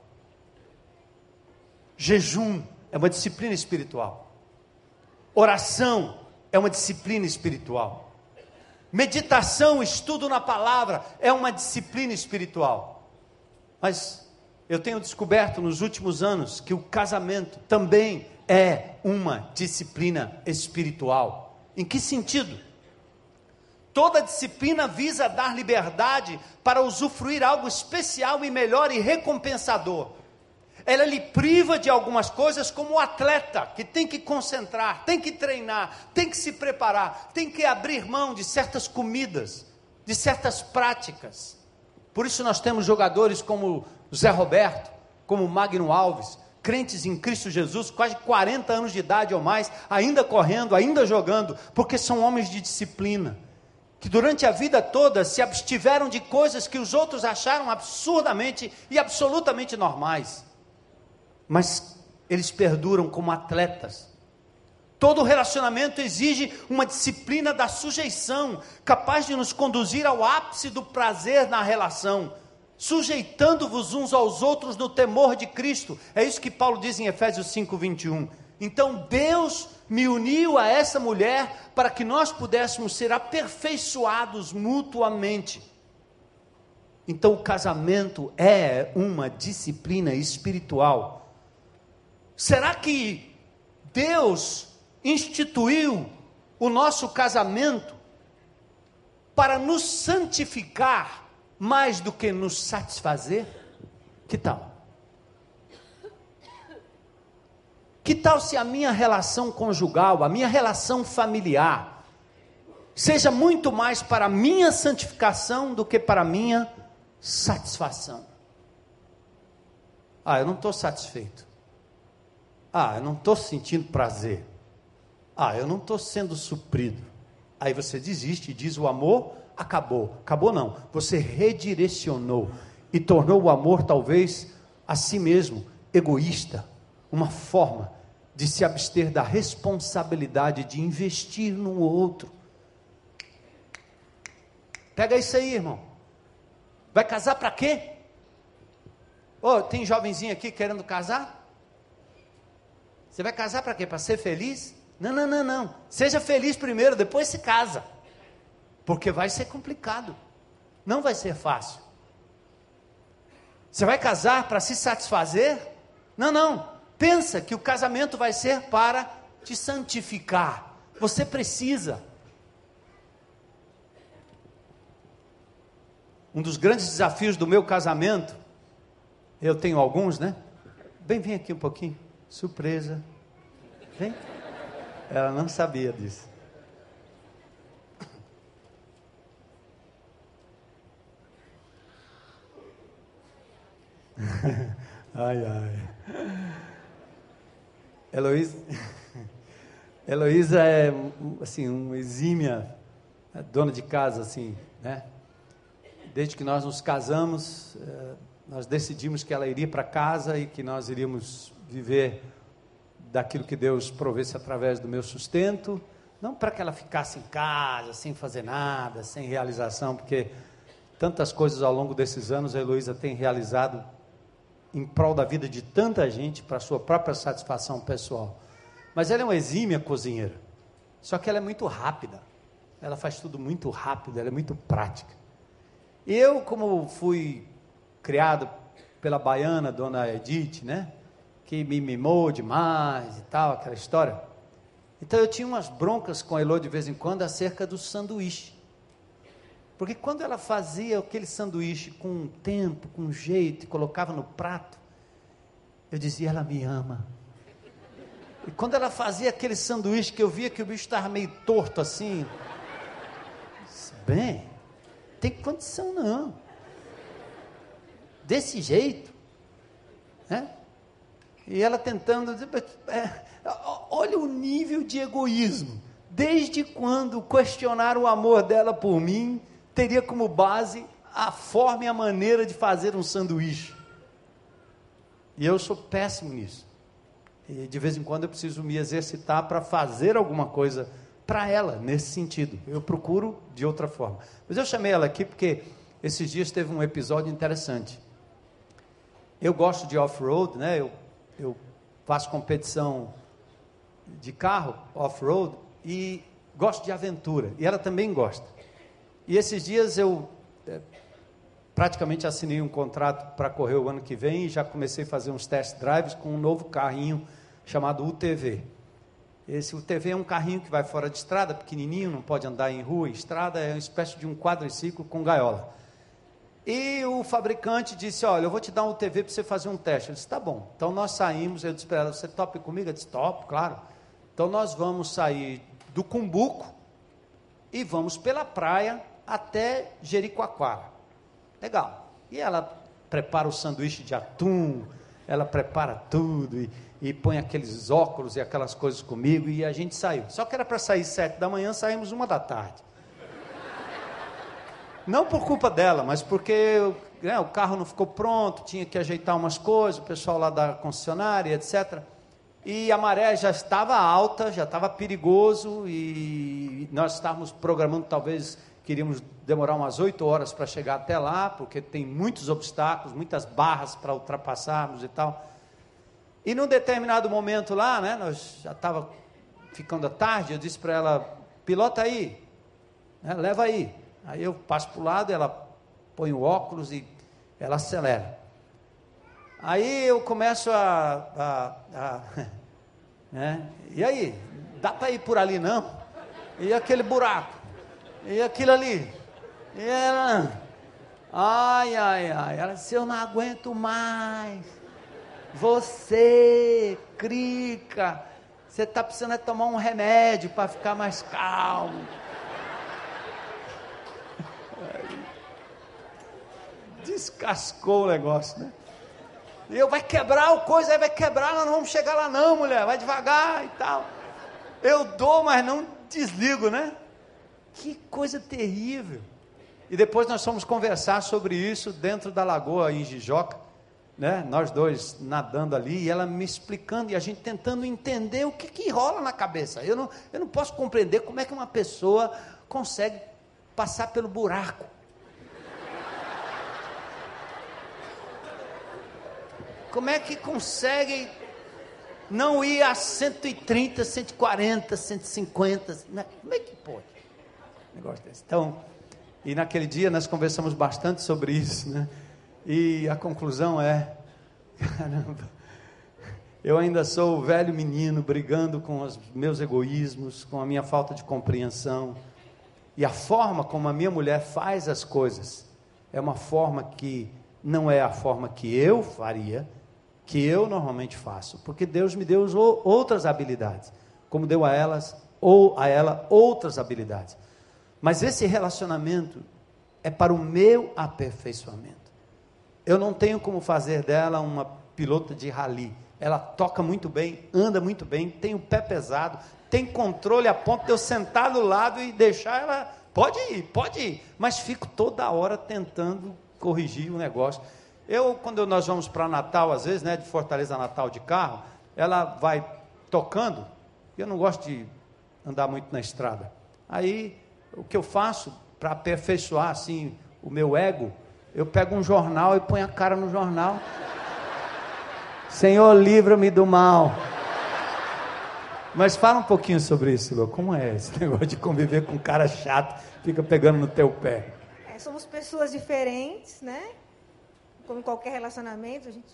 Jejum é uma disciplina espiritual. Oração é uma disciplina espiritual. Meditação, estudo na palavra é uma disciplina espiritual. Mas eu tenho descoberto nos últimos anos que o casamento também é uma disciplina espiritual. Em que sentido? Toda disciplina visa dar liberdade para usufruir algo especial e melhor e recompensador. Ela lhe priva de algumas coisas, como o atleta que tem que concentrar, tem que treinar, tem que se preparar, tem que abrir mão de certas comidas, de certas práticas. Por isso nós temos jogadores como Zé Roberto, como Magno Alves, crentes em Cristo Jesus, quase quarenta anos de idade ou mais, ainda correndo, ainda jogando, porque são homens de disciplina, que durante a vida toda se abstiveram de coisas que os outros acharam absurdamente e absolutamente normais, mas eles perduram como atletas. Todo relacionamento exige uma disciplina da sujeição, capaz de nos conduzir ao ápice do prazer na relação, sujeitando-vos uns aos outros no temor de Cristo. É isso que Paulo diz em Efésios cinco, vinte e um. Então Deus me uniu a essa mulher para que nós pudéssemos ser aperfeiçoados mutuamente. Então o casamento é uma disciplina espiritual. Será que Deus instituiu o nosso casamento para nos santificar mais do que nos satisfazer? Que tal? Que tal se a minha relação conjugal, a minha relação familiar, seja muito mais para a minha santificação do que para a minha satisfação? Ah, eu não estou satisfeito. Ah, eu não estou sentindo prazer. Ah, eu não estou sendo suprido. Aí você desiste e diz: o amor acabou. Acabou não, você redirecionou e tornou o amor talvez a si mesmo egoísta, uma forma de se abster da responsabilidade de investir no outro. Pega isso aí, irmão. Vai casar para quê? Oh, tem jovenzinho aqui querendo casar? Você vai casar para quê? Para ser feliz? Não, não, não, não. Seja feliz primeiro, depois se casa. Porque vai ser complicado. Não vai ser fácil. Você vai casar para se satisfazer? Não, não. Pensa que o casamento vai ser para te santificar. Você precisa. Um dos grandes desafios do meu casamento, eu tenho alguns, né? Bem, vem aqui um pouquinho. Surpresa. Vem. Ela não sabia disso. Ai, ai. Heloísa, Heloísa é, assim, uma exímia dona de casa, assim, né? Desde que nós nos casamos, nós decidimos que ela iria para casa e que nós iríamos viver daquilo que Deus provesse através do meu sustento, não para que ela ficasse em casa, sem fazer nada, sem realização, porque tantas coisas ao longo desses anos a Heloísa tem realizado em prol da vida de tanta gente, para a sua própria satisfação pessoal. Mas ela é uma exímia cozinheira, só que ela é muito rápida, ela faz tudo muito rápido, ela é muito prática. E eu, como fui criado pela baiana, dona Edith, né, que me mimou demais e tal, aquela história, então eu tinha umas broncas com a Elô de vez em quando acerca do sanduíche, porque quando ela fazia aquele sanduíche com tempo, com jeito, e colocava no prato, eu dizia, ela me ama. E quando ela fazia aquele sanduíche, que eu via que o bicho estava meio torto assim, eu disse, bem, tem condição não, desse jeito, né? E ela tentando, é, olha o nível de egoísmo, desde quando questionar o amor dela por mim, teria como base a forma e a maneira de fazer um sanduíche, e eu sou péssimo nisso, e de vez em quando eu preciso me exercitar para fazer alguma coisa para ela, nesse sentido, eu procuro de outra forma, mas eu chamei ela aqui porque esses dias teve um episódio interessante. Eu gosto de off-road, né, eu, eu faço competição de carro, off-road, e gosto de aventura, e ela também gosta, e esses dias eu é, praticamente assinei um contrato para correr o ano que vem, e já comecei a fazer uns test drives com um novo carrinho chamado U T V. Esse U T V é um carrinho que vai fora de estrada, pequenininho, não pode andar em rua, em estrada, é uma espécie de um quadriciclo com gaiola. E o fabricante disse, olha, eu vou te dar um U T V para você fazer um teste. Eu disse, tá bom. Então nós saímos, eu disse para ela, você topa comigo? Eu disse, topo, claro. Então nós vamos sair do Cumbuco e vamos pela praia até Jericoacoara. Legal. E ela prepara o sanduíche de atum, ela prepara tudo e, e põe aqueles óculos e aquelas coisas comigo, e a gente saiu. Só que era para sair sete da manhã, saímos uma da tarde. Não por culpa dela, mas porque né, o carro não ficou pronto, tinha que ajeitar umas coisas, o pessoal lá da concessionária, etcétera. E a maré já estava alta, já estava perigoso, e nós estávamos programando, talvez queríamos demorar umas oito horas para chegar até lá, porque tem muitos obstáculos, muitas barras para ultrapassarmos e tal. E num determinado momento lá, né, nós já estava ficando à tarde, eu disse para ela, pilota aí, né, leva aí. Aí eu passo para o lado, ela põe o óculos e ela acelera. Aí eu começo a... a, a né? E aí? Dá para ir por ali não? E aquele buraco? E aquilo ali? E ela... Ai, ai, ai. Ela disse, eu não aguento mais. Você, crica, você está precisando tomar um remédio para ficar mais calmo. Descascou o negócio, né? E eu, vai quebrar o coisa, aí vai quebrar, nós não vamos chegar lá não, mulher, vai devagar e tal. Eu dou, mas não desligo, né? Que coisa terrível. E depois nós fomos conversar sobre isso dentro da lagoa em Jijoca, né? Nós dois nadando ali, e ela me explicando, e a gente tentando entender o que, que rola na cabeça. Eu não, eu não posso compreender como é que uma pessoa consegue passar pelo buraco. Como é que consegue não ir a cento e trinta, cento e quarenta, cento e cinquenta? Como é que pode? Um negócio desse. Então, e naquele dia nós conversamos bastante sobre isso, né? E a conclusão é, caramba, eu ainda sou o velho menino brigando com os meus egoísmos, com a minha falta de compreensão. E a forma como a minha mulher faz as coisas é uma forma que não é a forma que eu faria, que eu normalmente faço, porque Deus me deu outras habilidades, como deu a elas ou a ela outras habilidades. Mas esse relacionamento é para o meu aperfeiçoamento. eu não tenho como fazer dela uma pilota de rally. Ela toca muito bem, anda muito bem, tem o pé pesado, tem controle a ponto de eu sentar do lado e deixar ela, pode ir, pode ir, mas fico toda hora tentando corrigir o negócio. Eu, quando nós vamos para Natal, às vezes, né, de Fortaleza a Natal de carro, ela vai tocando, eu não gosto de andar muito na estrada. Aí, o que eu faço para aperfeiçoar, assim, o meu ego, eu pego um jornal e ponho a cara no jornal. Senhor, livra-me do mal. Mas fala um pouquinho sobre isso, Lô. Como é esse negócio de conviver com um cara chato, fica pegando no teu pé? É, somos pessoas diferentes, né? Como em qualquer relacionamento, a gente...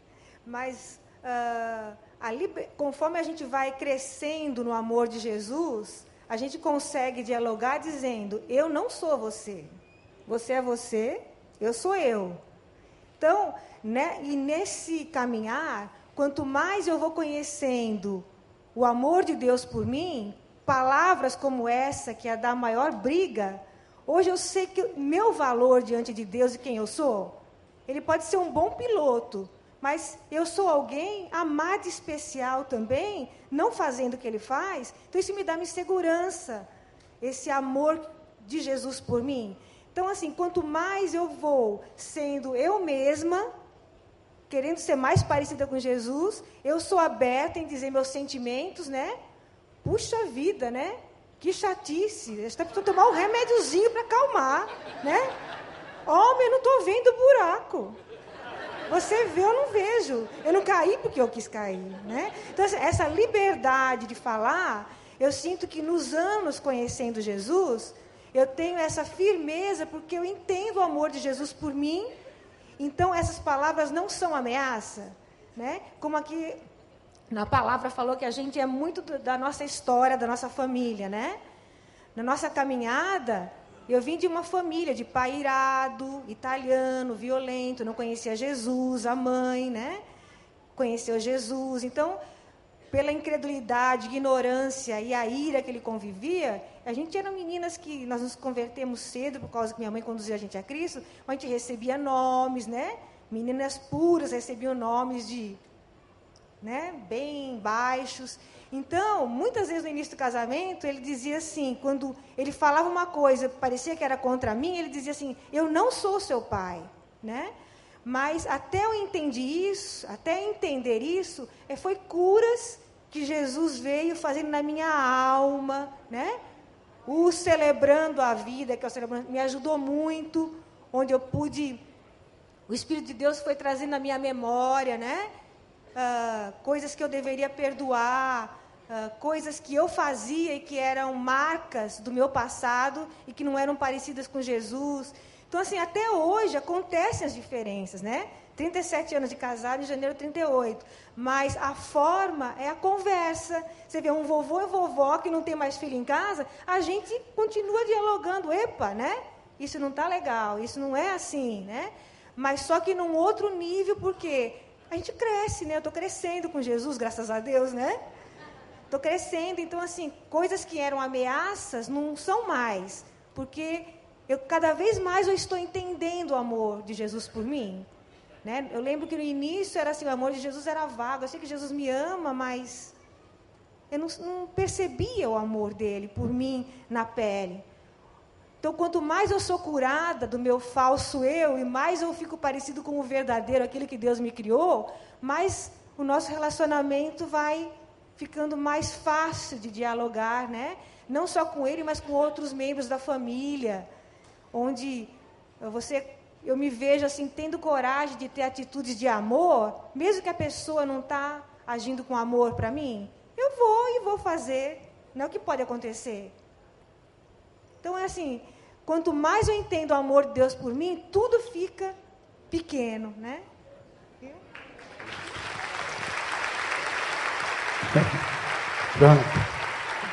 Mas, uh, a liber... conforme a gente vai crescendo no amor de Jesus, a gente consegue dialogar dizendo, eu não sou você. Você é você, eu sou eu. Então, né, e nesse caminhar, quanto mais eu vou conhecendo o amor de Deus por mim, palavras como essa, que é a da maior briga, hoje eu sei que o meu valor diante de Deus e quem eu sou, ele pode ser um bom piloto, mas eu sou alguém amado e especial também, não fazendo o que ele faz, então isso me dá uma segurança, esse amor de Jesus por mim. Então, assim, quanto mais eu vou sendo eu mesma, querendo ser mais parecida com Jesus, eu sou aberta em dizer meus sentimentos, né? Puxa vida, né? Que chatice. A gente está precisando tomar um remédiozinho para acalmar, né? Homem, eu não estou vendo o buraco. Você vê, eu não vejo. Eu não caí porque eu quis cair, né? Então, essa liberdade de falar, eu sinto que nos anos conhecendo Jesus, eu tenho essa firmeza porque eu entendo o amor de Jesus por mim. Então, essas palavras não são ameaça, né? Como aqui na palavra falou que a gente é muito da nossa história, da nossa família, né? Na nossa caminhada, eu vim de uma família de pai irado, italiano, violento, não conhecia Jesus, a mãe, né? Conheceu Jesus. Então, pela incredulidade, ignorância e a ira que ele convivia, a gente eram meninas que nós nos convertemos cedo, por causa que minha mãe conduzia a gente a Cristo, a gente recebia nomes, né? Meninas puras recebiam nomes de, né, bem baixos. Então, muitas vezes no início do casamento, ele dizia assim, quando ele falava uma coisa, parecia que era contra mim, ele dizia assim, eu não sou seu pai, né? Mas até eu entendi isso, até entender isso, foi curas que Jesus veio fazendo na minha alma, né? O celebrando a vida, que eu celebrando, me ajudou muito, onde eu pude, o Espírito de Deus foi trazendo na minha memória, né? Ah, coisas que eu deveria perdoar, ah, coisas que eu fazia e que eram marcas do meu passado e que não eram parecidas com Jesus. Então, assim, até hoje acontecem as diferenças, né? trinta e sete anos de casado, em janeiro trinta e oito. Mas a forma é a conversa. Você vê um vovô e vovó que não tem mais filho em casa, a gente continua dialogando. Epa, né? Isso não está legal, isso não é assim, né? Mas só que num outro nível, porque a gente cresce, né? Eu estou crescendo com Jesus, graças a Deus, né? Estou crescendo, então, assim, coisas que eram ameaças não são mais, porque... Eu, cada vez mais eu estou entendendo o amor de Jesus por mim. Né? Eu lembro que no início era assim, o amor de Jesus era vago. Eu sei que Jesus me ama, mas eu não, não percebia o amor dele por mim na pele. Então, quanto mais eu sou curada do meu falso eu, e mais eu fico parecido com o verdadeiro, aquele que Deus me criou, mais o nosso relacionamento vai ficando mais fácil de dialogar, né? Não só com ele, mas com outros membros da família, onde você, eu me vejo assim, tendo coragem de ter atitudes de amor, mesmo que a pessoa não está agindo com amor para mim, eu vou e vou fazer, não é o que pode acontecer. Então, é assim, quanto mais eu entendo o amor de Deus por mim, tudo fica pequeno, né? Pronto.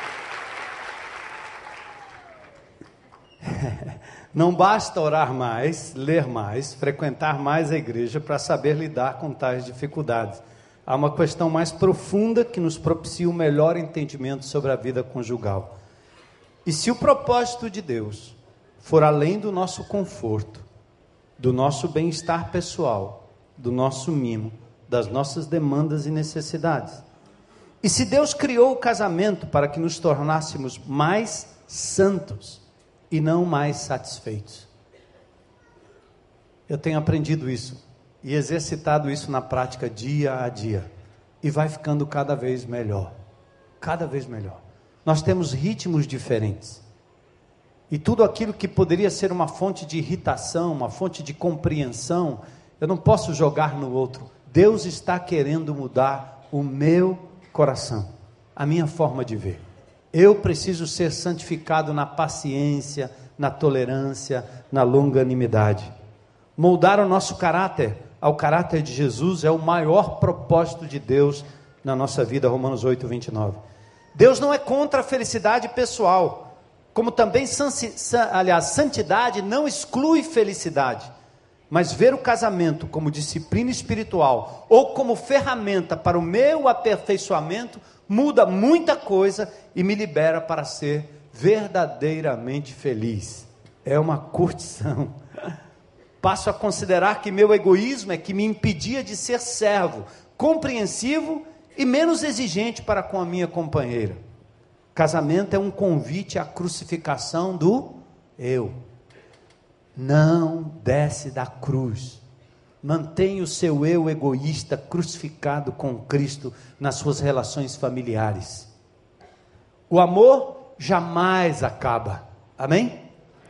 Não basta orar mais, ler mais, frequentar mais a igreja para saber lidar com tais dificuldades. Há uma questão mais profunda que nos propicia um melhor entendimento sobre a vida conjugal. E se o propósito de Deus for além do nosso conforto, do nosso bem-estar pessoal, do nosso mimo, das nossas demandas e necessidades. E se Deus criou o casamento para que nos tornássemos mais santos e não mais satisfeitos. Eu tenho aprendido isso e exercitado isso na prática dia a dia. E vai ficando cada vez melhor. Cada vez melhor. Nós temos ritmos diferentes. E tudo aquilo que poderia ser uma fonte de irritação, uma fonte de compreensão, eu não posso jogar no outro. Deus está querendo mudar o meu coração, a minha forma de ver. Eu preciso ser santificado na paciência, na tolerância, na longanimidade. Moldar o nosso caráter ao caráter de Jesus é o maior propósito de Deus na nossa vida, Romanos oito, vinte e nove. Deus não é contra a felicidade pessoal, como também, aliás, santidade não exclui felicidade, mas ver o casamento como disciplina espiritual, ou como ferramenta para o meu aperfeiçoamento, muda muita coisa e me libera para ser verdadeiramente feliz. É uma curtição. Passo a considerar que meu egoísmo é que me impedia de ser servo, compreensivo e menos exigente para com a minha companheira. Casamento é um convite à crucificação do eu. Não desce da cruz. Mantenha o seu eu egoísta crucificado com Cristo nas suas relações familiares. O amor jamais acaba. Amém?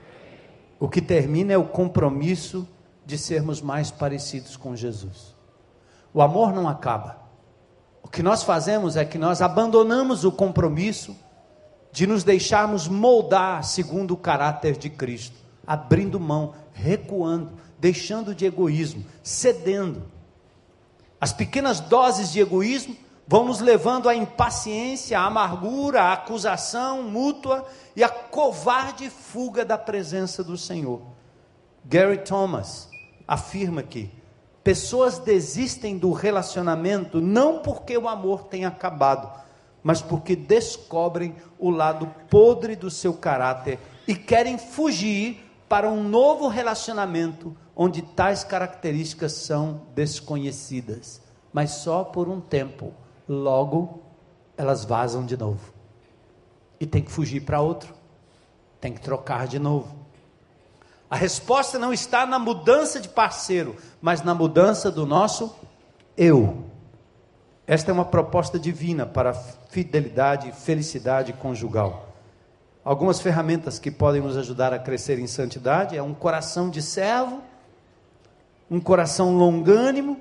O que termina é o compromisso de sermos mais parecidos com Jesus. O amor não acaba. O que nós fazemos é que nós abandonamos o compromisso de nos deixarmos moldar segundo o caráter de Cristo, abrindo mão, recuando, deixando de egoísmo, cedendo. As pequenas doses de egoísmo vão nos levando à impaciência, à amargura, à acusação mútua e à covarde fuga da presença do Senhor. Gary Thomas afirma que pessoas desistem do relacionamento não porque o amor tenha acabado, mas porque descobrem o lado podre do seu caráter e querem fugir para um novo relacionamento onde tais características são desconhecidas, mas só por um tempo. Logo, elas vazam de novo. E tem que fugir para outro. Tem que trocar de novo. A resposta não está na mudança de parceiro, mas na mudança do nosso eu. Esta é uma proposta divina para fidelidade e felicidade conjugal. Algumas ferramentas que podem nos ajudar a crescer em santidade é um coração de servo, um coração longânimo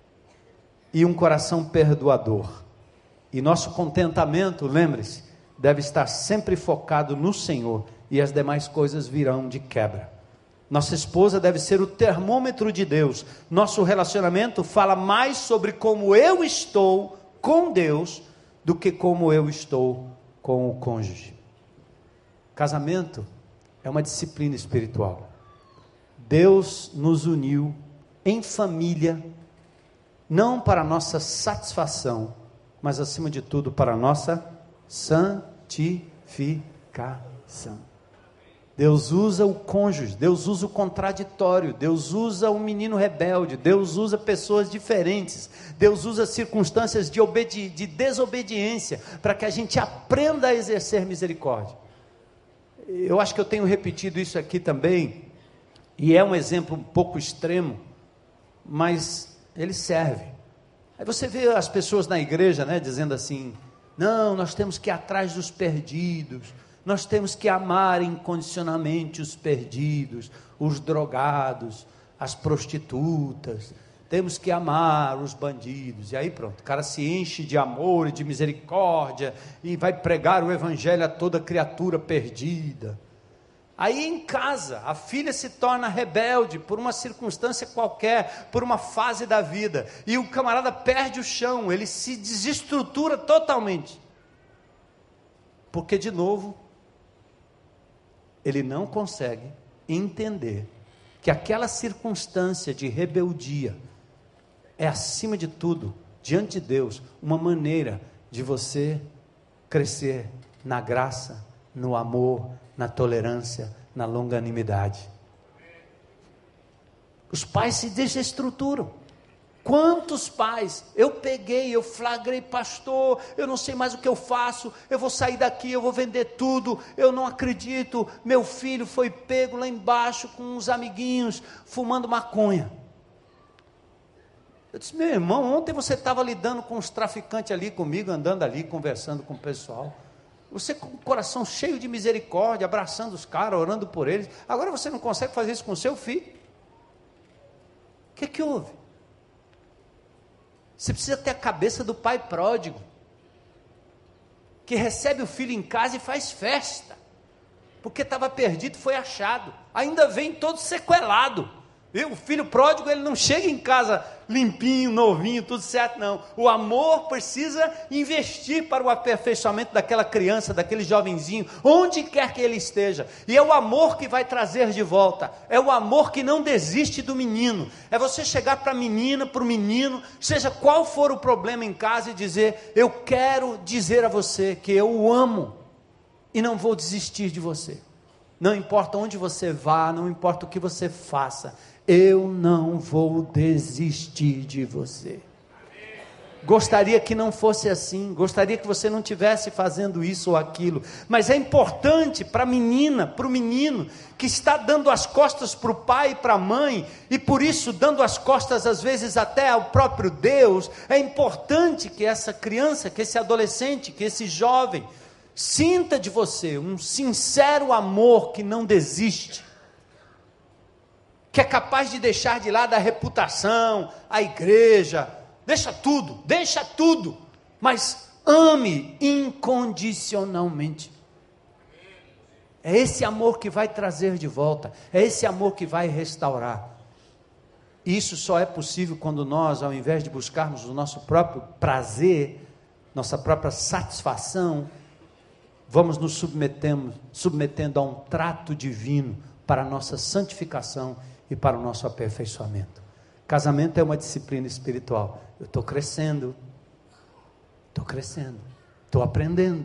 e um coração perdoador. E nosso contentamento, lembre-se, deve estar sempre focado no Senhor, e as demais coisas virão de quebra. Nossa esposa deve ser o termômetro de Deus. Nosso relacionamento fala mais sobre como eu estou com Deus do que como eu estou com o cônjuge. Casamento é uma disciplina espiritual. Deus nos uniu em família, não para nossa satisfação, mas acima de tudo para nossa santificação. Deus usa o cônjuge, Deus usa o contraditório, Deus usa o menino rebelde, Deus usa pessoas diferentes, Deus usa circunstâncias de, obedi- de desobediência, para que a gente aprenda a exercer misericórdia. Eu acho que eu tenho repetido isso aqui também, e é um exemplo um pouco extremo, mas ele serve. Aí você vê as pessoas na igreja, né, dizendo assim: não, nós temos que ir atrás dos perdidos, nós temos que amar incondicionalmente os perdidos, os drogados, as prostitutas, temos que amar os bandidos. E aí pronto, o cara se enche de amor e de misericórdia e vai pregar o evangelho a toda criatura perdida. Aí em casa, a filha se torna rebelde por uma circunstância qualquer, por uma fase da vida, e o camarada perde o chão, ele se desestrutura totalmente, porque de novo, ele não consegue entender que aquela circunstância de rebeldia é, acima de tudo, diante de Deus, uma maneira de você crescer na graça, no amor, na tolerância, na longanimidade. Os pais se desestruturam. Quantos pais eu peguei, eu flagrei, pastor, eu não sei mais o que eu faço, eu vou sair daqui, eu vou vender tudo, eu não acredito, meu filho foi pego lá embaixo com uns amiguinhos, fumando maconha. Eu disse, meu irmão, ontem você estava lidando com os traficantes ali comigo, andando ali, conversando com o pessoal, você com o coração cheio de misericórdia, abraçando os caras, orando por eles, agora você não consegue fazer isso com o seu filho? O que que houve? Você precisa ter a cabeça do pai pródigo, que recebe o filho em casa e faz festa, porque estava perdido e foi achado, ainda vem todo sequelado. E o filho pródigo, ele não chega em casa limpinho, novinho, tudo certo, não. O amor precisa investir para o aperfeiçoamento daquela criança, daquele jovenzinho, onde quer que ele esteja. E é o amor que vai trazer de volta. É o amor que não desiste do menino. É você chegar para a menina, para o menino, seja qual for o problema em casa, e dizer, eu quero dizer a você que eu o amo e não vou desistir de você. Não importa onde você vá, não importa o que você faça, eu não vou desistir de você. Gostaria que não fosse assim, gostaria que você não estivesse fazendo isso ou aquilo, mas é importante para a menina, para o menino, que está dando as costas para o pai e para a mãe, e por isso dando as costas às vezes até ao próprio Deus, é importante que essa criança, que esse adolescente, que esse jovem, sinta de você um sincero amor que não desiste, que é capaz de deixar de lado a reputação, a igreja, deixa tudo, deixa tudo, mas ame incondicionalmente. É esse amor que vai trazer de volta, é esse amor que vai restaurar. Isso só é possível quando nós, ao invés de buscarmos o nosso próprio prazer, nossa própria satisfação, vamos nos submetendo, submetendo a um trato divino para a nossa santificação e para o nosso aperfeiçoamento. Casamento é uma disciplina espiritual. Eu estou crescendo, estou crescendo, estou aprendendo.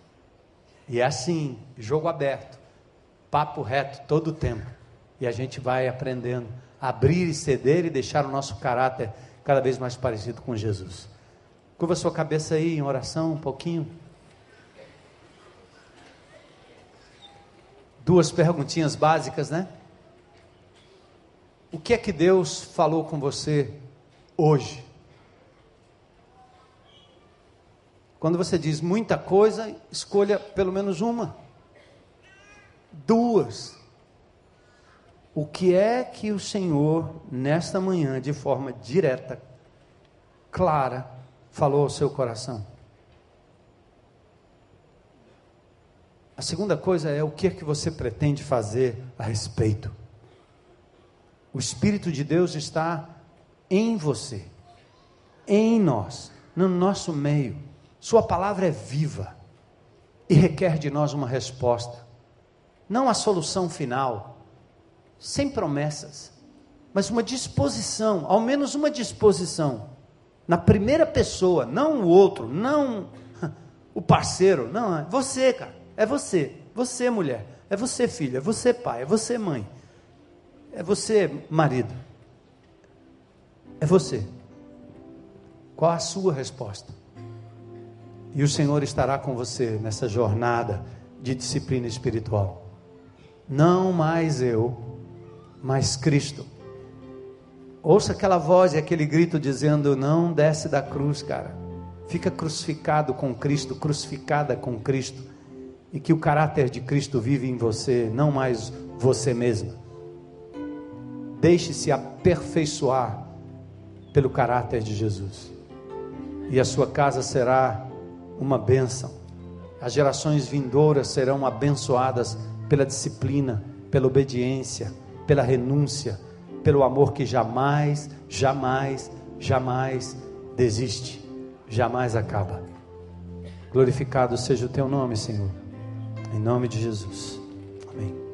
E é assim, jogo aberto, papo reto todo o tempo. E a gente vai aprendendo a abrir e ceder e deixar o nosso caráter cada vez mais parecido com Jesus. Curva sua cabeça aí em oração um pouquinho. Duas perguntinhas básicas, né? O que é que Deus falou com você hoje? Quando você diz muita coisa, escolha pelo menos uma, duas. O que é que o Senhor, nesta manhã, de forma direta, clara, falou ao seu coração? A segunda coisa é o que é que você pretende fazer a respeito. O Espírito de Deus está em você, em nós, no nosso meio. Sua palavra é viva e requer de nós uma resposta. Não a solução final, sem promessas, mas uma disposição, ao menos uma disposição, na primeira pessoa, não o outro, não o parceiro, não, é você, cara, é você, você mulher, é você filho, é você pai, é você mãe, é você marido, é você. Qual a sua resposta? E o Senhor estará com você nessa jornada de disciplina espiritual. Não mais eu, mas Cristo. Ouça aquela voz e aquele grito dizendo, não desce da cruz, cara. Fica crucificado com Cristo, crucificada com Cristo. E que o caráter de Cristo vive em você, não mais você mesmo. Deixe-se aperfeiçoar pelo caráter de Jesus. E a sua casa será uma bênção. As gerações vindouras serão abençoadas pela disciplina, pela obediência, pela renúncia, pelo amor que jamais, jamais, jamais desiste, jamais acaba. Glorificado seja o teu nome, Senhor, em nome de Jesus, amém.